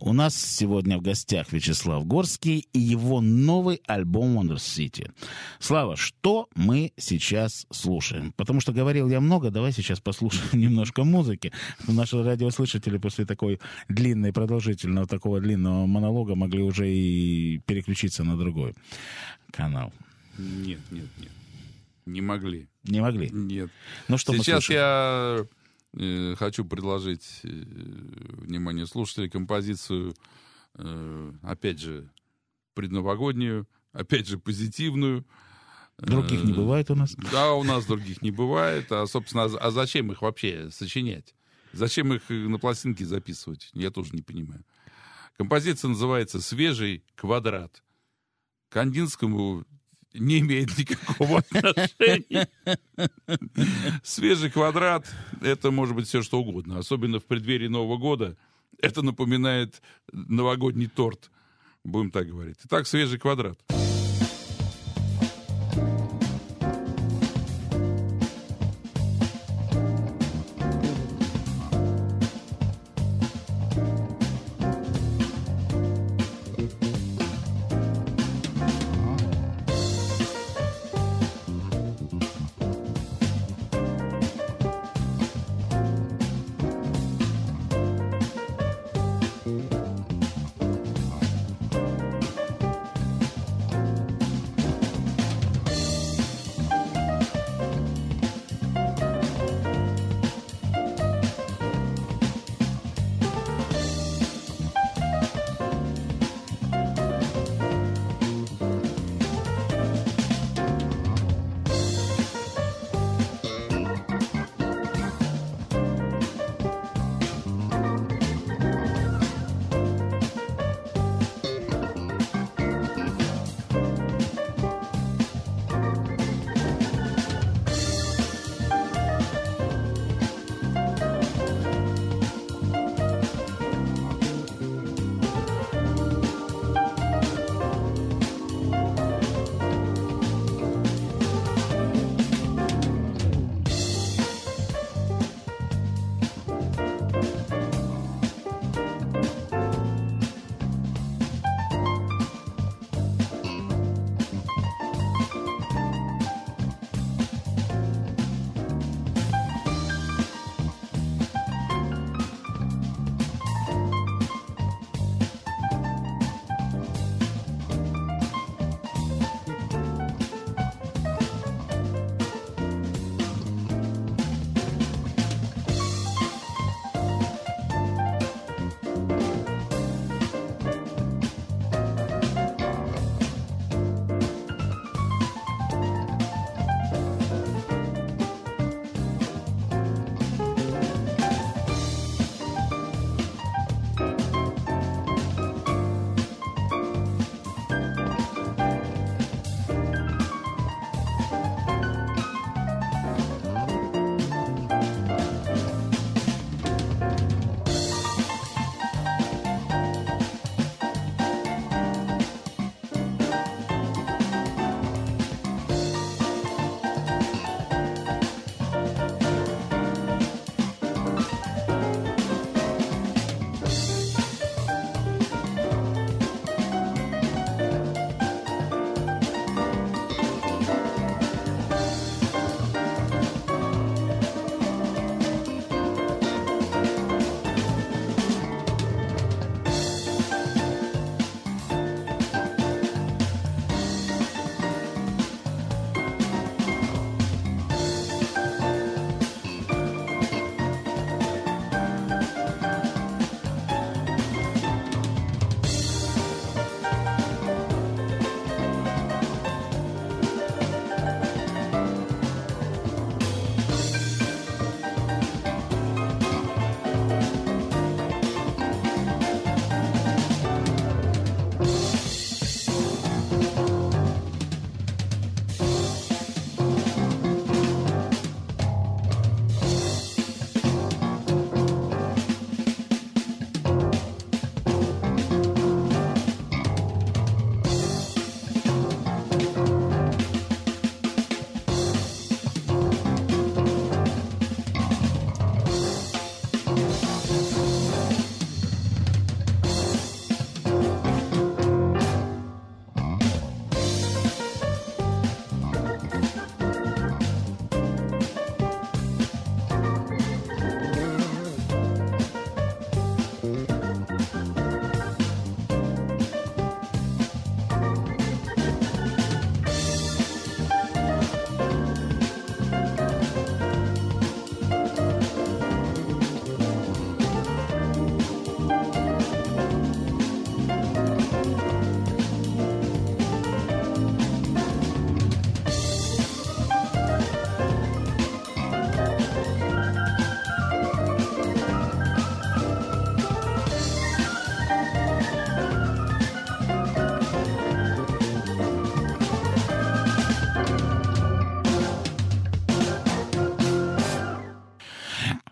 У нас сегодня в гостях Вячеслав Горский и его новый альбом Wonder City. Слава, что мы сейчас слушаем? Потому что говорил я много, давай сейчас послушаем немножко музыки. Наши радиослушатели после такой длинной, продолжительного, такого длинного монолога могли уже и переключиться на другой канал. Нет. Не могли. Не могли? Нет. Ну что сейчас мы я хочу предложить вниманию слушателей композицию, опять же, предновогоднюю, опять же, позитивную. Других не бывает у нас? Да, у нас других не бывает. А, собственно, зачем их вообще сочинять? Зачем их на пластинке записывать? Я тоже не понимаю. Композиция называется «Свежий квадрат». К Кандинскому не имеет никакого отношения. Свежий квадрат — это может быть все, что угодно. Особенно в преддверии Нового года. Это напоминает новогодний торт. Будем так говорить. Итак, свежий квадрат.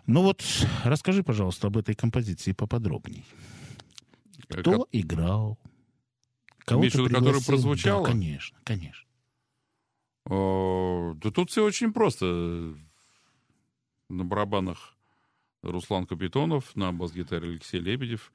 Ну вот, расскажи, пожалуйста, об этой композиции поподробней. Кто играл? Кого имеешь в ты виду, которая пригласил? прозвучала? Да, конечно, конечно. Да тут все очень просто. На барабанах Руслан Капитонов, на бас-гитаре Алексей Лебедев.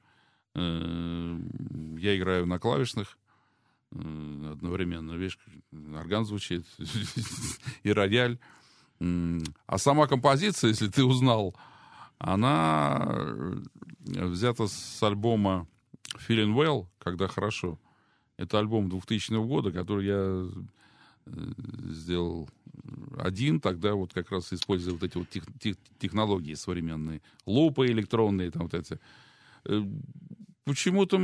Я играю на клавишных одновременно. Видишь, орган звучит и рояль. А сама композиция, если ты узнал, она взята с альбома Feeling Well, когда хорошо. Это альбом 2000 года, который я сделал один, тогда вот как раз используя вот эти вот технологии современные, лупы электронные, там вот эти. Почему-то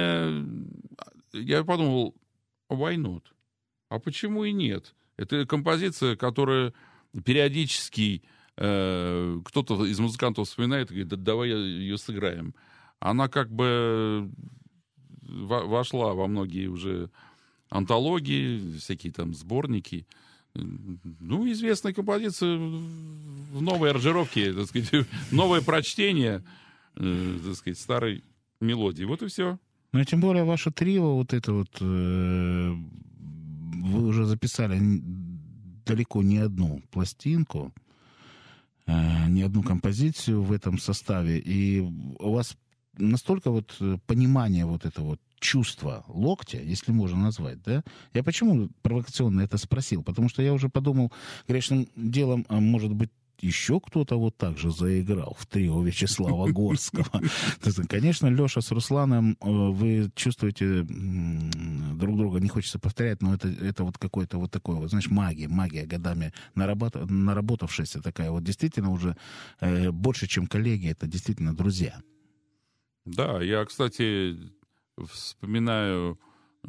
я подумал, why not? А почему и нет? Это композиция, которая периодически кто-то из музыкантов вспоминает и говорит, да, давай ее сыграем. Она как бы вошла во многие уже антологии, всякие там сборники. Ну, известная композиция в новой аранжировке, так сказать, новое прочтение, так сказать, старой мелодии. Вот и все. Ну, тем более ваше трио, вот это вот, вы уже записали далеко не одну пластинку, не одну композицию в этом составе, и у вас настолько вот понимание вот этого чувства локтя, если можно назвать, да? Я почему провокационно это спросил? Потому что я уже подумал, грешным делом, а может быть, еще кто-то вот так же заиграл в трио Вячеслава Горского. Конечно, Леша с Русланом, вы чувствуете друг друга, не хочется повторять, но это вот какой-то вот такой вот, знаешь, магия годами наработавшаяся такая вот, действительно уже больше, чем коллеги, это действительно друзья. Да, я, кстати, вспоминаю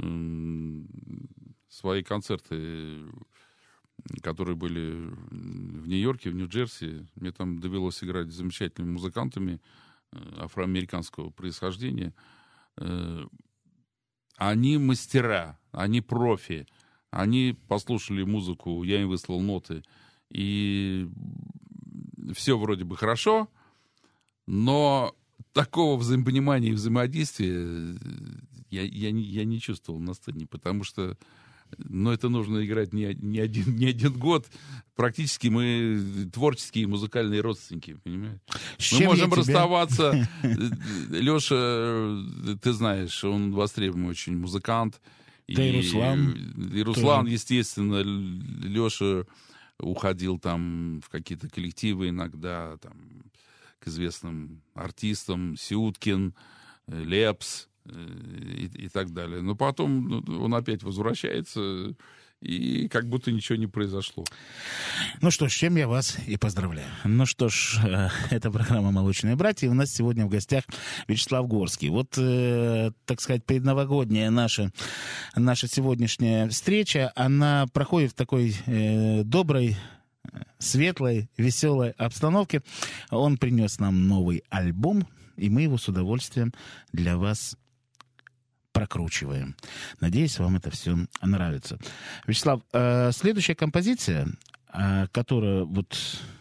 свои концерты, которые были в Нью-Йорке, в Нью-Джерси. Мне там довелось играть с замечательными музыкантами афроамериканского происхождения. Они мастера, они профи. Они послушали музыку, я им выслал ноты. И все вроде бы хорошо, но такого взаимопонимания и взаимодействия я не чувствовал на сцене, потому что это нужно играть не один год. Практически мы творческие музыкальные родственники, понимаешь? Мы можем расставаться. Леша, ты знаешь, он востребованный очень музыкант. Да и Руслан. И Руслан, естественно. Леша уходил там в какие-то коллективы иногда, там, к известным артистам, Сюткин, Лепс и так далее. Но потом он опять возвращается, и как будто ничего не произошло. Ну что ж, с чем я вас и поздравляю. Ну что ж, это программа «Молочные братья». У нас сегодня в гостях Вячеслав Горский. Вот, так сказать, предновогодняя наша сегодняшняя встреча, она проходит в такой доброй, светлой, веселой обстановке. Он принес нам новый альбом, и мы его с удовольствием для вас прокручиваем. Надеюсь, вам это все нравится. Вячеслав, следующая композиция, которая вот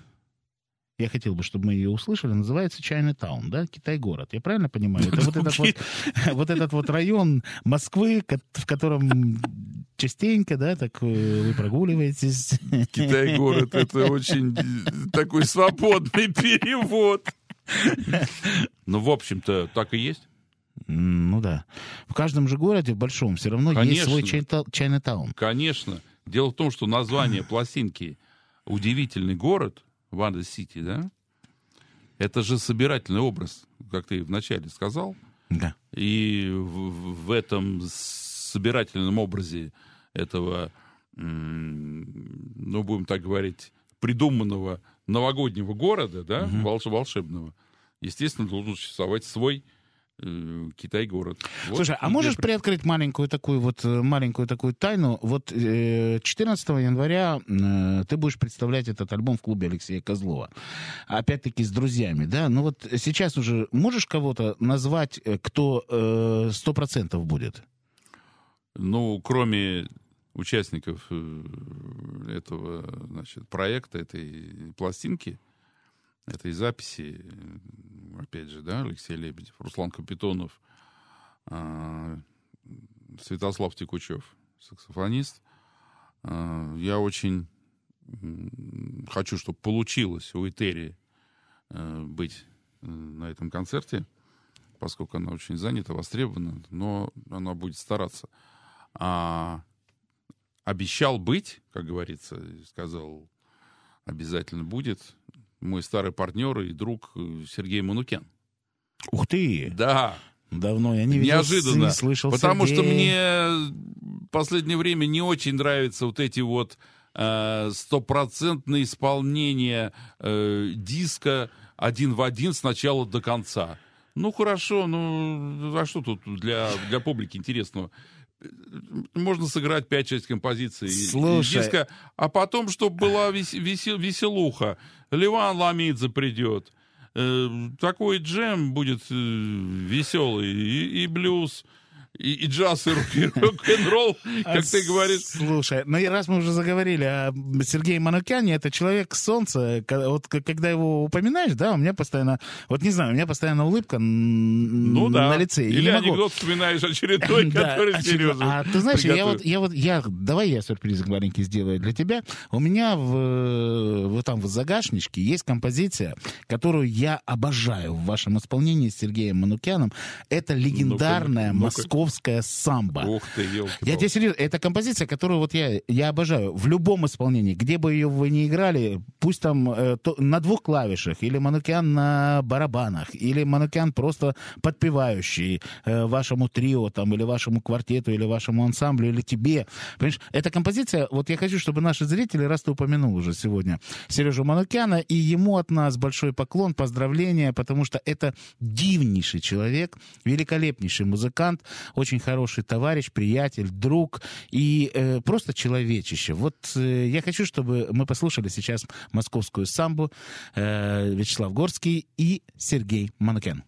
я хотел бы, чтобы мы ее услышали, называется Chinatown, да, Китай-город. Я правильно понимаю? Это вот этот вот район Москвы, в котором частенько, да, так вы прогуливаетесь. Китай-город — это очень такой свободный перевод. Ну, в общем-то, так и есть. Ну да. В каждом же городе, в большом, все равно есть свой Chinatown. Конечно. Дело в том, что название пластинки «Удивительный город», Wonder City, да, это же собирательный образ, как ты вначале сказал. Да. И в этом собирательном образе этого, ну, будем так говорить, придуманного новогоднего города, да, волшебного, естественно, должен существовать свой Китай-город. Слушай, а можешь приоткрыть маленькую такую тайну? Вот 14 января ты будешь представлять этот альбом в клубе Алексея Козлова. Опять-таки с друзьями, да? Ну вот сейчас уже можешь кого-то назвать, кто 100% будет? Ну, кроме участников этого, значит, проекта, этой пластинки, этой записи, опять же, да, Алексей Лебедев, Руслан Капитонов, Святослав Текучев, саксофонист. Я очень хочу, чтобы получилось у Этери быть на этом концерте, поскольку она очень занята, востребована, но она будет стараться. Обещал быть, как говорится, сказал, обязательно будет, мой старый партнер и друг Сергей Манукян. Ух ты! Да. Давно я не видел, неожиданно, не слышал потому Сергея. что мне в последнее время не очень нравятся вот эти вот стопроцентное исполнение диска один в один с начала до конца. Ну, хорошо, ну, а что тут для публики интересного? Можно сыграть 5-6 композиций из диска, а потом, чтобы была веселуха. Ливан Ламидзе придет. Такой джем будет веселый. И блюз, и джаз, и рок-н-ролл, как ты говоришь. Слушай, ну и раз мы уже заговорили о Сергее Манукяне, это человек солнца. Вот когда его упоминаешь, да, у меня постоянно, вот не знаю, у меня постоянно улыбка на лице. Или анекдот вспоминаешь очередной, который Сережа. А ты знаешь, давай я сюрприз маленький сделаю для тебя. У меня в загашничке есть композиция, которую я обожаю в вашем исполнении с Сергеем Манукяном. Это легендарная московская самба. Ух ты, елки-палки. Я тебе серьезно, это композиция, которую вот я обожаю в любом исполнении, где бы ее вы не играли, пусть там на 2 клавишах, или Манукян на барабанах, или Манукян просто подпевающий вашему трио, там, или вашему квартету, или вашему ансамблю, или тебе. Понимаешь, эта композиция, вот я хочу, чтобы наши зрители, раз ты упомянул уже сегодня Сережу Манукяна, и ему от нас большой поклон, поздравления, потому что это дивнейший человек, великолепнейший музыкант, очень хороший товарищ, приятель, друг и просто человечище. Вот я хочу, чтобы мы послушали сейчас московскую самбу, Вячеслав Горский и Сергей Манукян.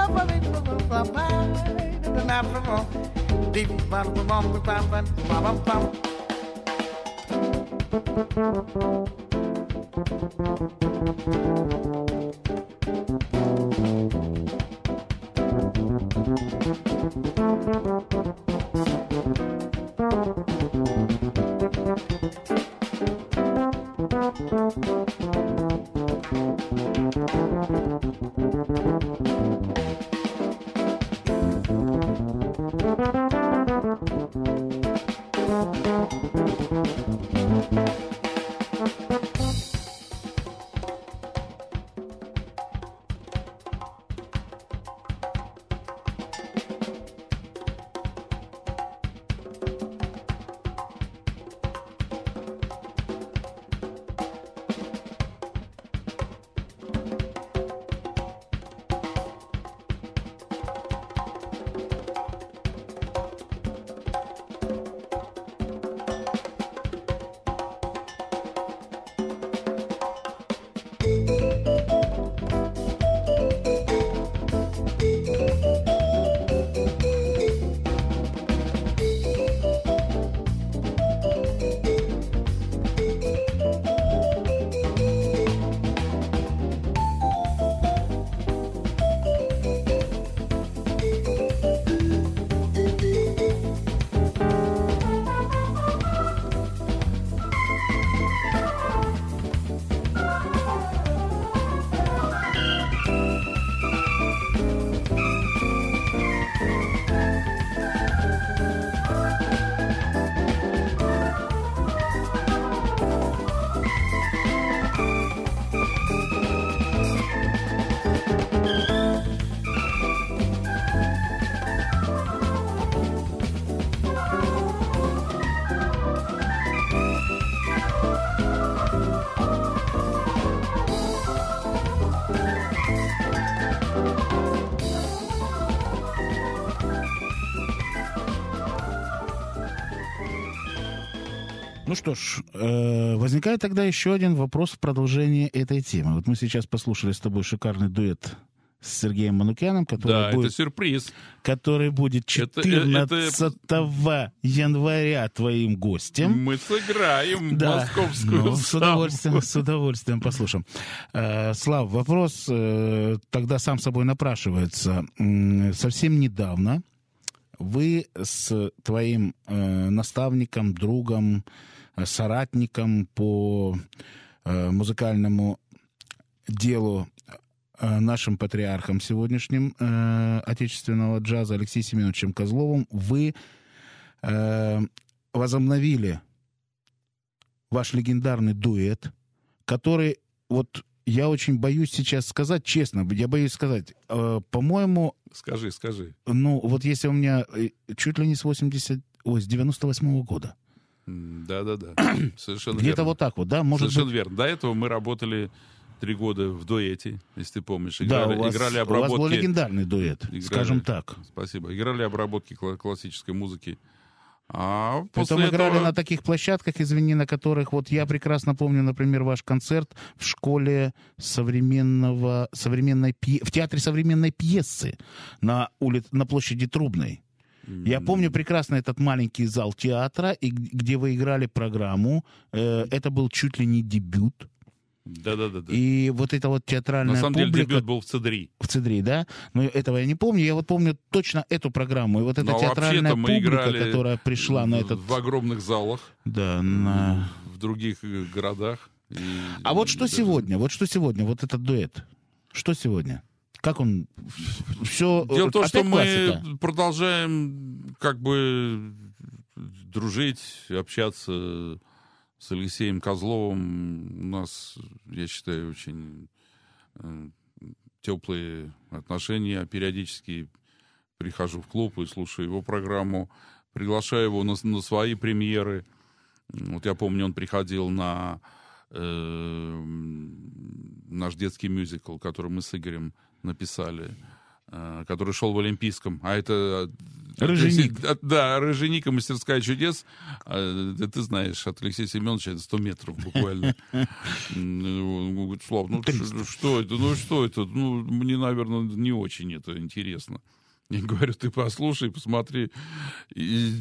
Ну что ж, возникает тогда еще один вопрос в продолжении этой темы. Вот мы сейчас послушали с тобой шикарный дуэт с Сергеем Манукяном, который будет, это сюрприз. Который будет 14 января твоим гостем. Мы сыграем московскую самбу. С удовольствием послушаем. Слав, вопрос тогда сам собой напрашивается. Совсем недавно вы с твоим наставником, другом, соратником по музыкальному делу, нашим патриархом сегодняшним отечественного джаза Алексеем Семеновичем Козловым, вы возобновили ваш легендарный дуэт, который, вот я очень боюсь сейчас сказать, честно, я боюсь сказать, по-моему... Скажи. Ну, вот если у меня чуть ли не с 98-го года. Да. Совершенно где-то верно. Вот так вот, да? Может Совершенно быть... верно. До этого мы работали 3 года в дуэте, если ты помнишь. Играли обработки. У вас был легендарный дуэт, скажем так. Спасибо. Играли обработки классической музыки. А Потом после играли этого... на таких площадках, извини, на которых... Вот я прекрасно помню, например, ваш концерт в школе в театре современной пьесы на площади Трубной. Я помню прекрасно этот маленький зал театра, где вы играли программу. Это был чуть ли не дебют. Да. И вот эта вот театральная публика... На самом деле дебют был в Цедри. В Цедри, да? Но этого я не помню. Я вот помню точно эту программу. И вот эта театральная публика, которая пришла на этот... В огромных залах. Да, в других городах. А вот что сегодня? Вот этот дуэт? Что сегодня? Как он... Все... Дело в том, что классика? мы продолжаем как бы дружить, общаться с Алексеем Козловым. У нас, я считаю, очень теплые отношения. Я периодически прихожу в клуб и слушаю его программу, приглашаю его на свои премьеры. Вот я помню, он приходил на наш детский мюзикл, который мы с Игорем написали, который шел в Олимпийском. А это Рыжий Да, «Рыжий Ник» и «Мастерская чудес». Ты знаешь, от Алексея Семеновича это 100 метров буквально. Он говорит: Слав, что это? Мне, наверное, не очень это интересно. Я говорю: ты послушай, посмотри. И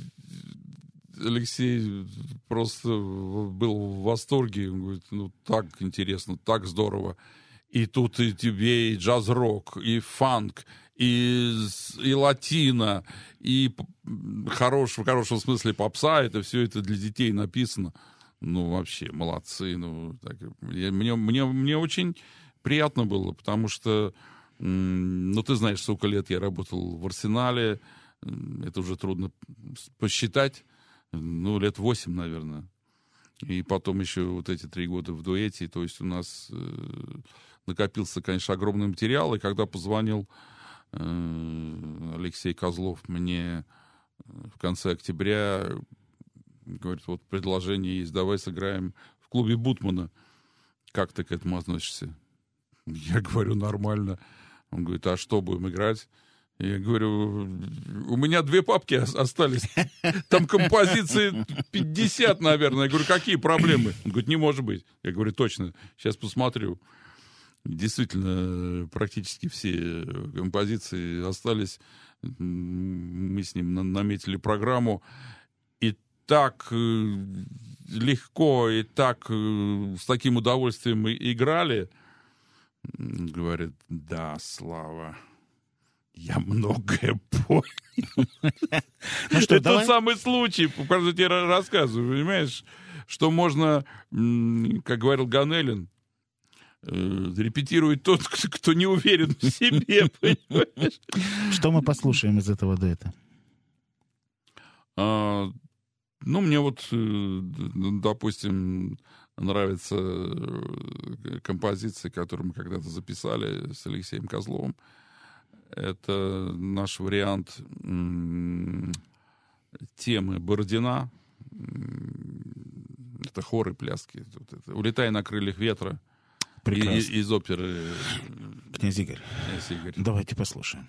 Алексей просто был в восторге. Он говорит: так интересно, так здорово. И тут и тебе и джаз-рок, и фанк, и латино, и в хорошем смысле попса. Это все это для детей написано. Вообще, молодцы. Мне очень приятно было, потому что, ты знаешь, сколько лет я работал в «Арсенале». Это уже трудно посчитать. Лет 8, наверное. И потом еще вот эти 3 года в дуэте. То есть у нас накопился, конечно, огромный материал. И когда позвонил Алексей Козлов мне в конце октября, говорит: вот предложение есть, давай сыграем в клубе Бутмана. Как ты к этому относишься? Я говорю: нормально. Он говорит: а что будем играть? Я говорю: у меня 2 папки остались. Там композиции 50, наверное. Я говорю: какие проблемы? Он говорит: не может быть. Я говорю: точно, сейчас посмотрю. Действительно, практически все композиции остались. Мы с ним наметили программу. И так легко, и так с таким удовольствием мы играли. Говорит: да, Слава, я многое понял. Это тот самый случай, правда, тебе рассказываю, понимаешь, что можно, как говорил Ганелин, репетирует тот, кто не уверен в себе, понимаешь? Что мы послушаем из этого дуэта? Мне допустим, нравятся композиции, которые мы когда-то записали с Алексеем Козловым. Это наш вариант темы Бородина. Это хор и пляски. «Улетай на крыльях ветра». Из оперы «Князь Игорь». Давайте послушаем.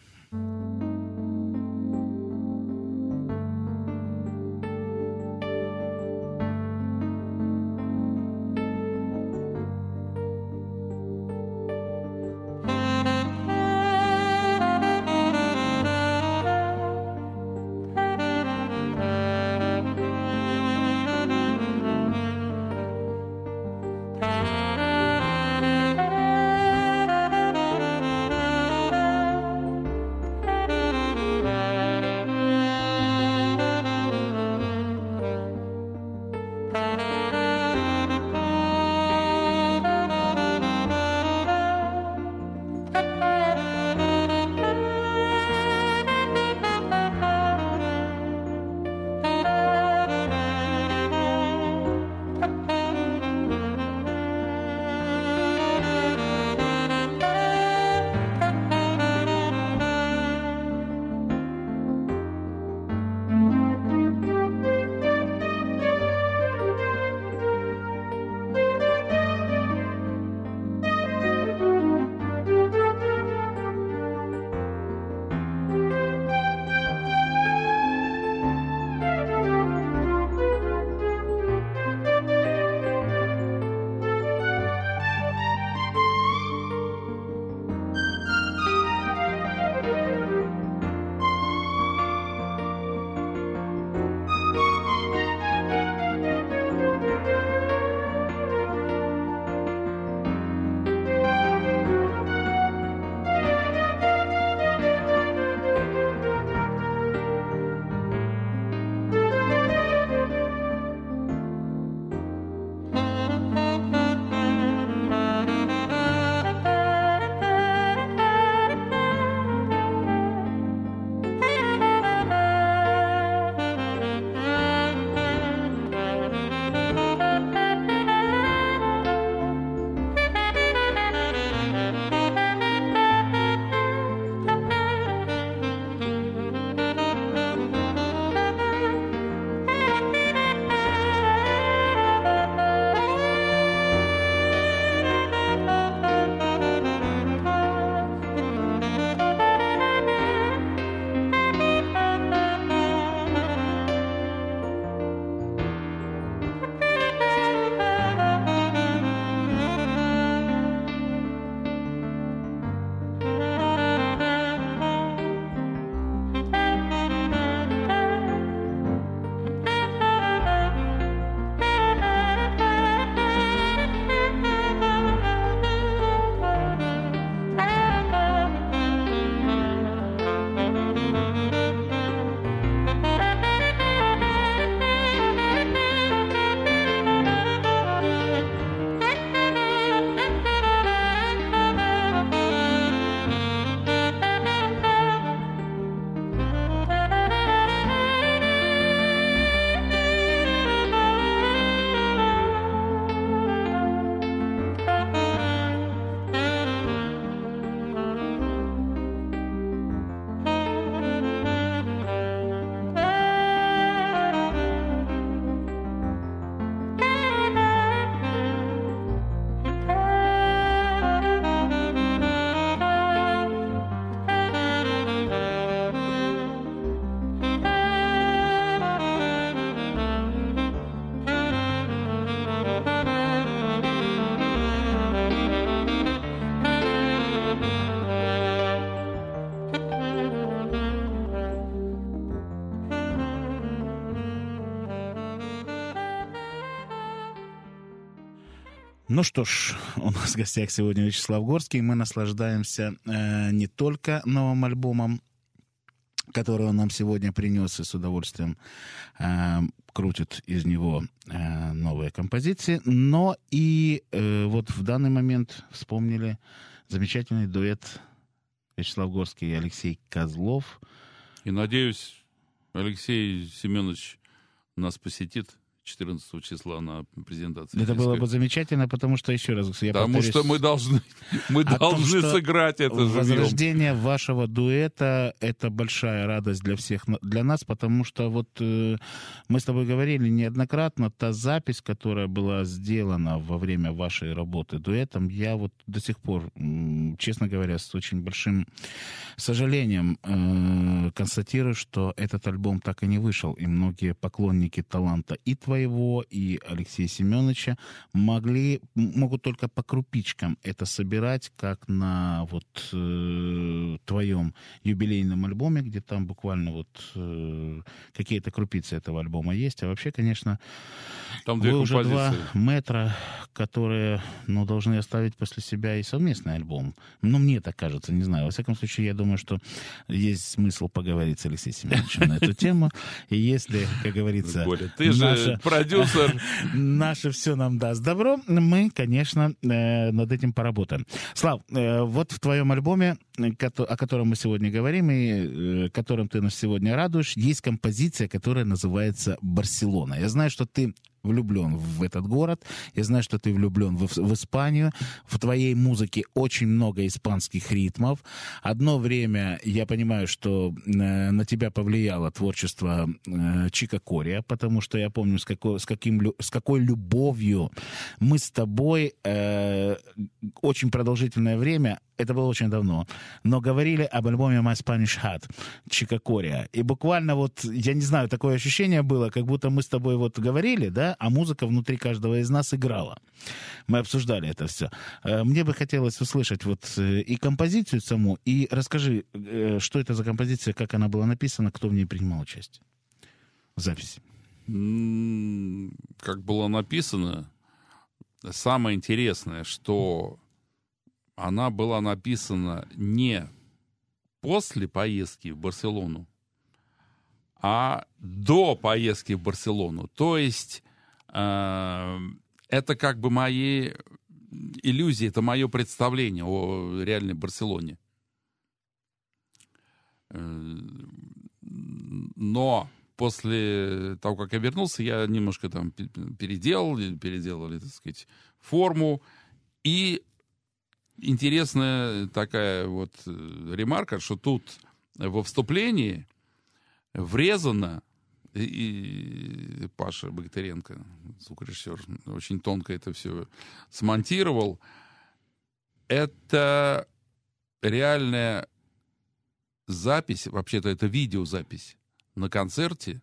Ну что ж, у нас в гостях сегодня Вячеслав Горский. Мы наслаждаемся не только новым альбомом, который он нам сегодня принес, и с удовольствием крутит из него новые композиции, но и вот в данный момент вспомнили замечательный дуэт Вячеслав Горский и Алексей Козлов. И, надеюсь, Алексей Семенович нас посетит 14 числа на презентации. Это было бы замечательно, потому что, еще раз, я потому повторюсь, что мы должны сыграть это живьем. Возрождение вашего дуэта — это большая радость для всех, для нас, потому что вот мы с тобой говорили неоднократно, та запись, которая была сделана во время вашей работы дуэтом, я вот до сих пор, честно говоря, с очень большим сожалением констатирую, что этот альбом так и не вышел, и многие поклонники таланта и твоего, и Алексея Семеновича могут только по крупичкам это собирать, как на вот твоем юбилейном альбоме, где там буквально вот какие-то крупицы этого альбома есть. А вообще, конечно, там вы уже два метра, которые, должны оставить после себя и совместный альбом. Мне так кажется, не знаю. Во всяком случае, я думаю, что есть смысл поговорить с Алексеем Семеновичем на эту тему. И если, как говорится, Боря, ты же продюсер. Наше все нам даст добро, мы, конечно, над этим поработаем. Слав, вот в твоем альбоме, о котором мы сегодня говорим и которым ты нас сегодня радуешь, есть композиция, которая называется «Барселона». Я знаю, что ты влюблен в этот город, я знаю, что ты влюблен в Испанию, в твоей музыке очень много испанских ритмов. Одно время я понимаю, что на тебя повлияло творчество Чика Кория, потому что я помню, с какой любовью мы с тобой очень продолжительное время, это было очень давно, но говорили об альбоме My Spanish Hat Чика Кория. И буквально вот, я не знаю, такое ощущение было, как будто мы с тобой вот говорили, да, а музыка внутри каждого из нас играла. Мы обсуждали это все. Мне бы хотелось услышать вот и композицию саму, и расскажи, что это за композиция, как она была написана, кто в ней принимал участие в записи. Как было написано, самое интересное, что она была написана не после поездки в Барселону, а до поездки в Барселону. То есть это как бы мои иллюзии, это мое представление о реальной Барселоне. Но после того, как я вернулся, я немножко там переделали, так сказать, форму. И интересная такая вот ремарка, что тут во вступлении врезано, и Паша Богатыренко, звукорежиссер, очень тонко это все смонтировал. Это реальная запись, вообще-то это видеозапись на концерте,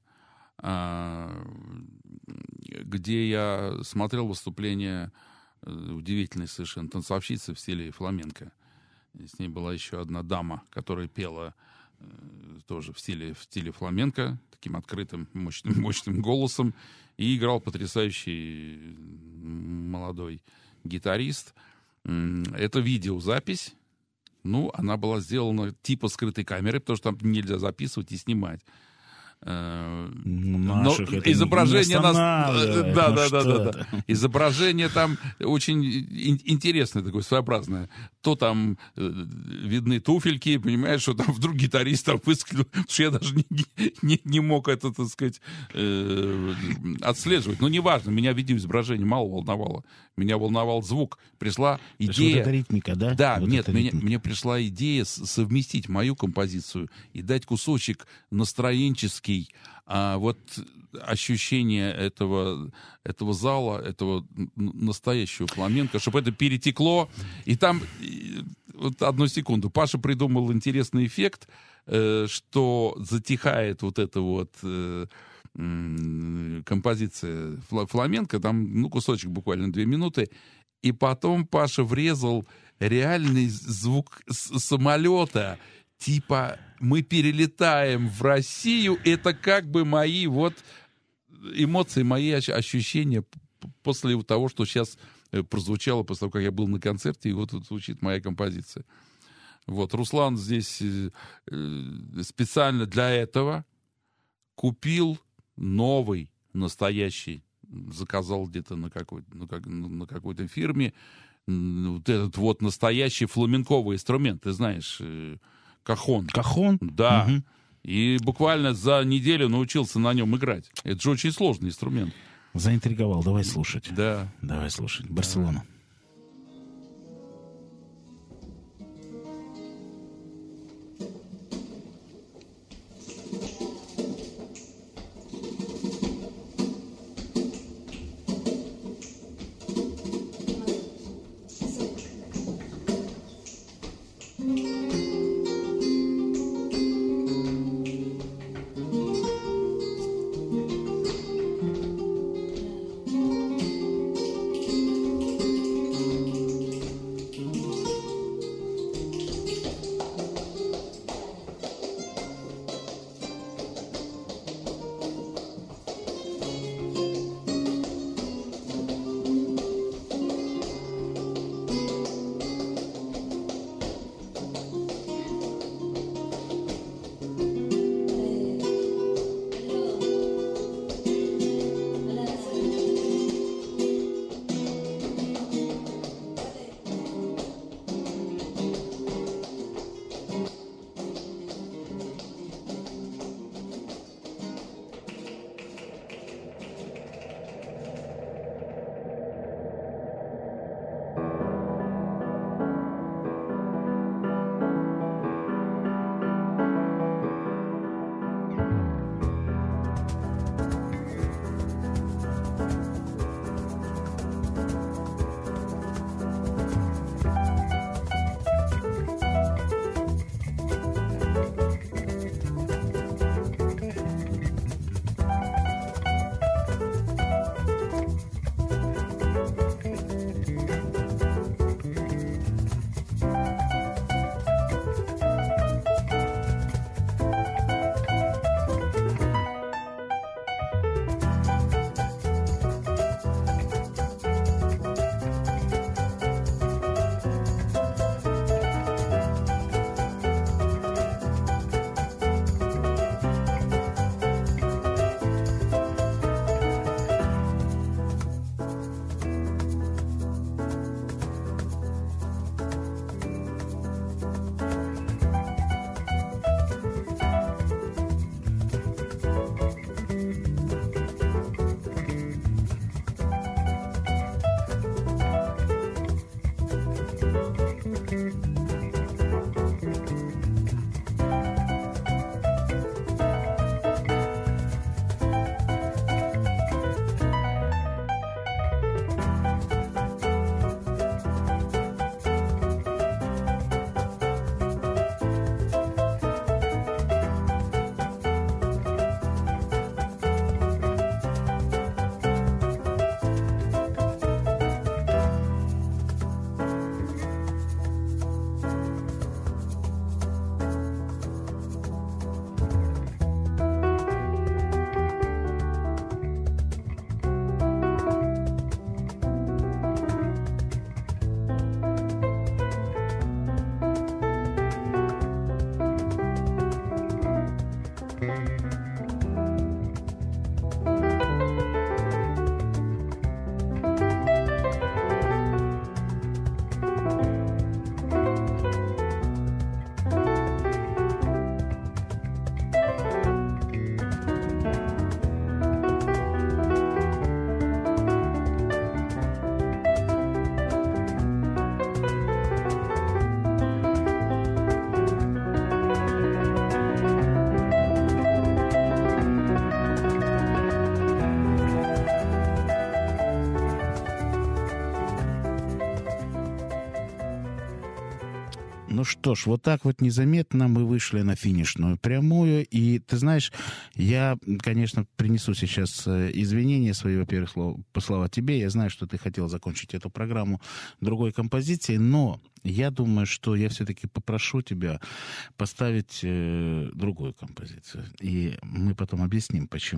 где я смотрел выступление удивительной совершенно танцовщицы в стиле фламенко. И с ней была еще одна дама, которая пела тоже в стиле фламенко, таким открытым, мощным голосом, и играл потрясающий молодой гитарист. Это видеозапись. Она была сделана типа скрытой камерой, потому что там нельзя записывать и снимать. Но изображение изображение там очень интересное, такое своеобразное. То там видны туфельки, понимаешь, что там вдруг гитарист там выскочил, что я даже не мог это, так сказать, отслеживать. Но неважно, меня видеоизображение мало волновало. Меня волновал звук. Пришла идея. Вот эта ритмика, да? Да, вот нет, мне пришла идея совместить мою композицию и дать кусочек настроенческий, вот ощущение этого зала, этого настоящего фламенко, чтобы это перетекло. И там, вот одну секунду, Паша придумал интересный эффект, что затихает вот эта вот композиция фламенко, там, кусочек буквально 2 минуты, и потом Паша врезал реальный звук самолета, типа мы перелетаем в Россию, это как бы мои вот эмоции, мои ощущения после того, что сейчас прозвучало после того, как я был на концерте, и вот тут звучит моя композиция. Вот, Руслан здесь специально для этого купил новый, настоящий, заказал где-то на какой-то фирме, вот этот вот настоящий фламенковый инструмент, ты знаешь, кахон. Кахон? Да. Угу. И буквально за неделю научился на нем играть. Это же очень сложный инструмент. Заинтриговал. Давай слушать. Да. Давай слушать. Барселона. Ну что ж, вот так вот незаметно мы вышли на финишную прямую. И ты знаешь, я, конечно, принесу сейчас извинения свои, во-первых, по слова тебе. Я знаю, что ты хотел закончить эту программу другой композицией, но я думаю, что я все-таки попрошу тебя поставить другую композицию. И мы потом объясним, почему.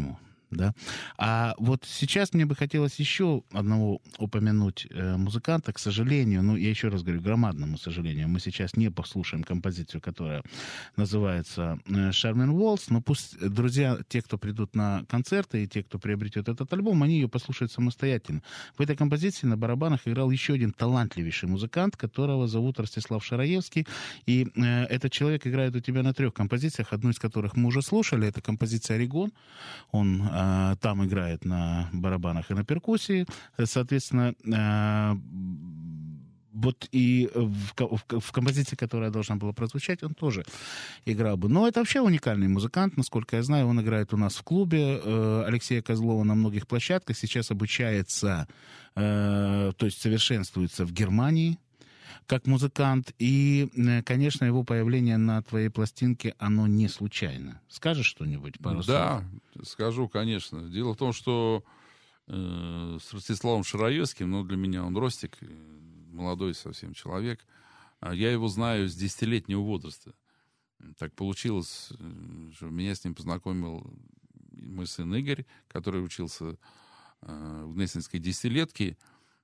Да? А вот сейчас мне бы хотелось еще одного упомянуть музыканта, к сожалению, я еще раз говорю, громадному сожалению, мы сейчас не послушаем композицию, которая называется «Charming Waltz», но пусть друзья, те, кто придут на концерты и те, кто приобретет этот альбом, они ее послушают самостоятельно. В этой композиции на барабанах играл еще один талантливейший музыкант, которого зовут Ростислав Шараевский, и этот человек играет у тебя на 3 композициях, одну из которых мы уже слушали, это композиция «Орегон». Он там играет на барабанах и на перкуссии. Соответственно, вот и в композиции, которая должна была прозвучать, он тоже играл бы. Но это вообще уникальный музыкант, насколько я знаю. Он играет у нас в клубе Алексея Козлова на многих площадках. Сейчас обучается, то есть совершенствуется в Германии как музыкант. И, конечно, его появление на твоей пластинке, оно не случайно. Скажешь что-нибудь пару слов? Да, скажу, конечно. Дело в том, что с Ростиславом Шараевским, для меня он Ростик, молодой совсем человек, я его знаю с 10-летнего возраста. Так получилось, что меня с ним познакомил мой сын Игорь, который учился в Гнесинской 10-летке.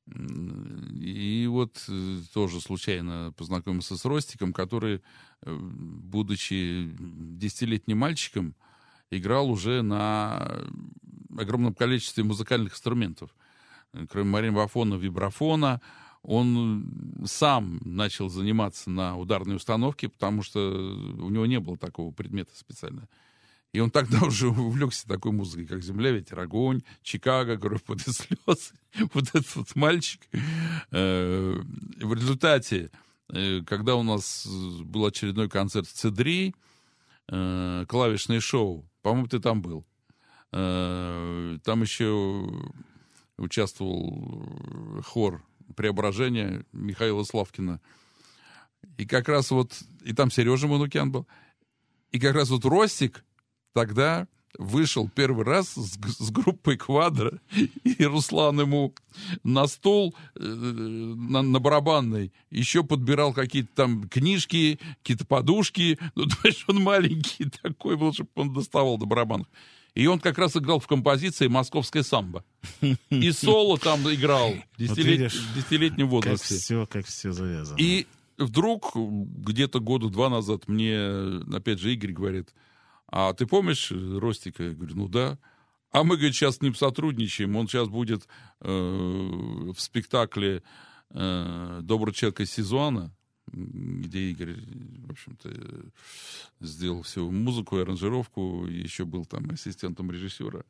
И вот тоже случайно познакомился с Ростиком, который, будучи 10-летним мальчиком, играл уже на огромном количестве музыкальных инструментов. Кроме маримбафона, вибрафона, он сам начал заниматься на ударной установке, потому что у него не было такого предмета специально. И он тогда уже увлекся такой музыкой, как «Земля, ветер, огонь», «Чикаго», «Кровь, пот и слезы». Вот этот вот мальчик. В результате, когда у нас был очередной концерт в Цедри, клавишное шоу, по-моему, ты там был. Там еще участвовал хор «Преображение» Михаила Славкина. И как раз и там Сережа Манукян был. И как раз Ростик тогда вышел первый раз с группой «Квадро», и Руслан ему на стол, на барабанной, еще подбирал какие-то там книжки, какие-то подушки. То есть он маленький такой был, чтобы он доставал до барабанов. И он как раз играл в композиции «Московская самба». И соло там играл в 10-летнем возрасте. Как все завязано. И вдруг, где-то 2 года назад, мне, опять же, Игорь говорит: а ты помнишь Ростика? Я говорю, да. А мы, говорит, сейчас с ним сотрудничаем. Он сейчас будет в спектакле «Добрый человек из Сизуана», где Игорь, в общем-то, сделал всю музыку и аранжировку, и еще был там ассистентом режиссера.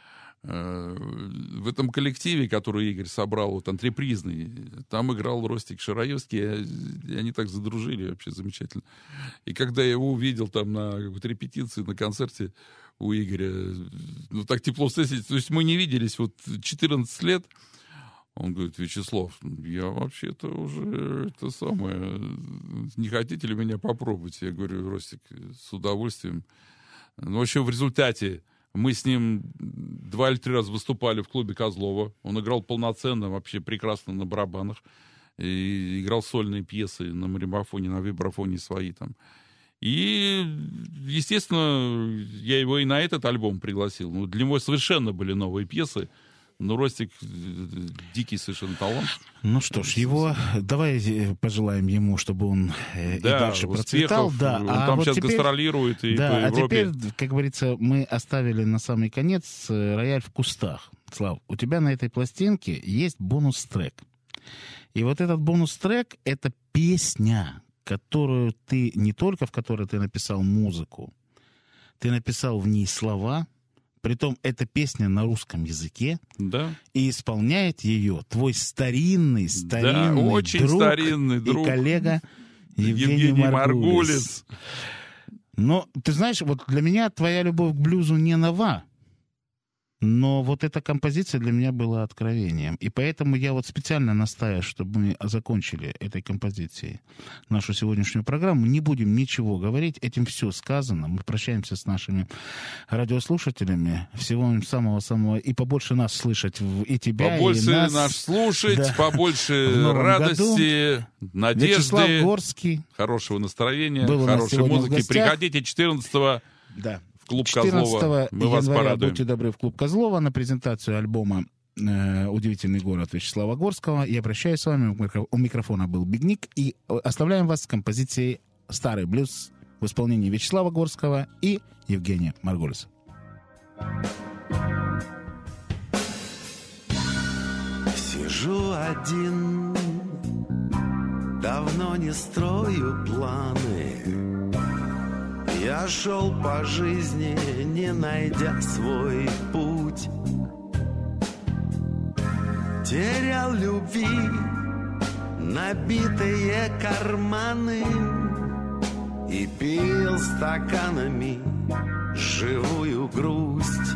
В этом коллективе, который Игорь собрал, антрепризный, там играл Ростик Шараевский, и они так задружили, вообще замечательно. И когда я его увидел там на какой-то репетиции, на концерте у Игоря, так тепло встретились, то есть мы не виделись 14 лет, он говорит: Вячеслав, я вообще-то уже не хотите ли меня попробовать? Я говорю: Ростик, с удовольствием. В общем, в результате мы с ним 2 или 3 раза выступали в клубе Козлова. Он играл полноценно, вообще прекрасно на барабанах. И играл сольные пьесы на маримбафоне, на вибрафоне свои там. И, естественно, я его и на этот альбом пригласил. Для него совершенно были новые пьесы. Но Ростик дикий совершенно талант. Ну что ж, давай пожелаем ему, чтобы он и дальше процветал. Да, он там сейчас гастролирует и по Европе. А теперь, как говорится, мы оставили на самый конец рояль в кустах. Слав, у тебя на этой пластинке есть бонус-трек. И вот этот бонус-трек — это песня, которую в которой ты написал музыку. Ты написал в ней слова. Притом, эта песня на русском языке, да. И исполняет ее твой старинный очень старинный друг и коллега Евгений Маргулис. Но, ты знаешь, для меня твоя любовь к блюзу не нова. Но эта композиция для меня была откровением. И поэтому я специально настаиваю, чтобы мы закончили этой композицией нашу сегодняшнюю программу. Не будем ничего говорить, этим все сказано. Мы прощаемся с нашими радиослушателями. Всего им самого-самого. И побольше нас слышать, и тебя, побольше и нас. Нас слушать, да. Побольше радости, надежды. Вячеслав Горский. Хорошего настроения, хорошей музыки. Приходите 14-го. Да. в клуб 14 Козлова. Мы вас января порадуем. будьте добры в клуб Козлова на презентацию альбома «Удивительный город» Вячеслава Горского. Я прощаюсь с вами. У микрофона был Бигник. И оставляем вас с композицией «Старый блюз» в исполнении Вячеслава Горского и Евгения Маргулиса. Сижу один, давно не строю планы. Я шел по жизни, не найдя свой путь. Терял любви набитые карманы и пил стаканами живую грусть.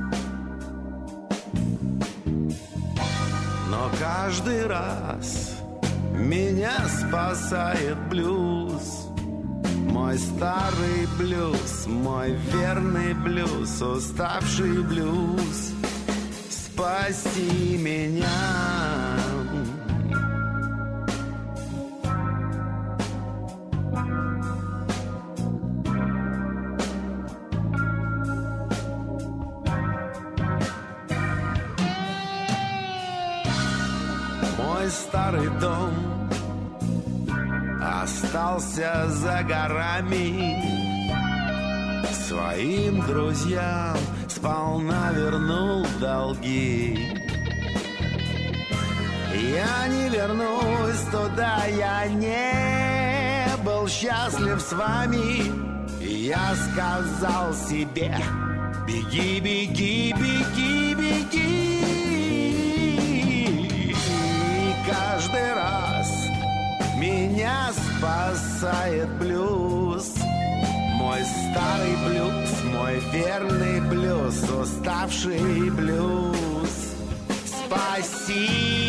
Но каждый раз меня спасает блюз. Мой старый блюз, мой верный блюз, уставший блюз. Спаси меня. Мой старый дом остался за горами. Своим друзьям сполна вернул долги. Я не вернусь туда, я не был счастлив с вами. Я сказал себе: беги, беги, беги, беги. И каждый раз меня спасает блюз. Мой старый блюз, мой верный блюз, уставший блюз. Спаси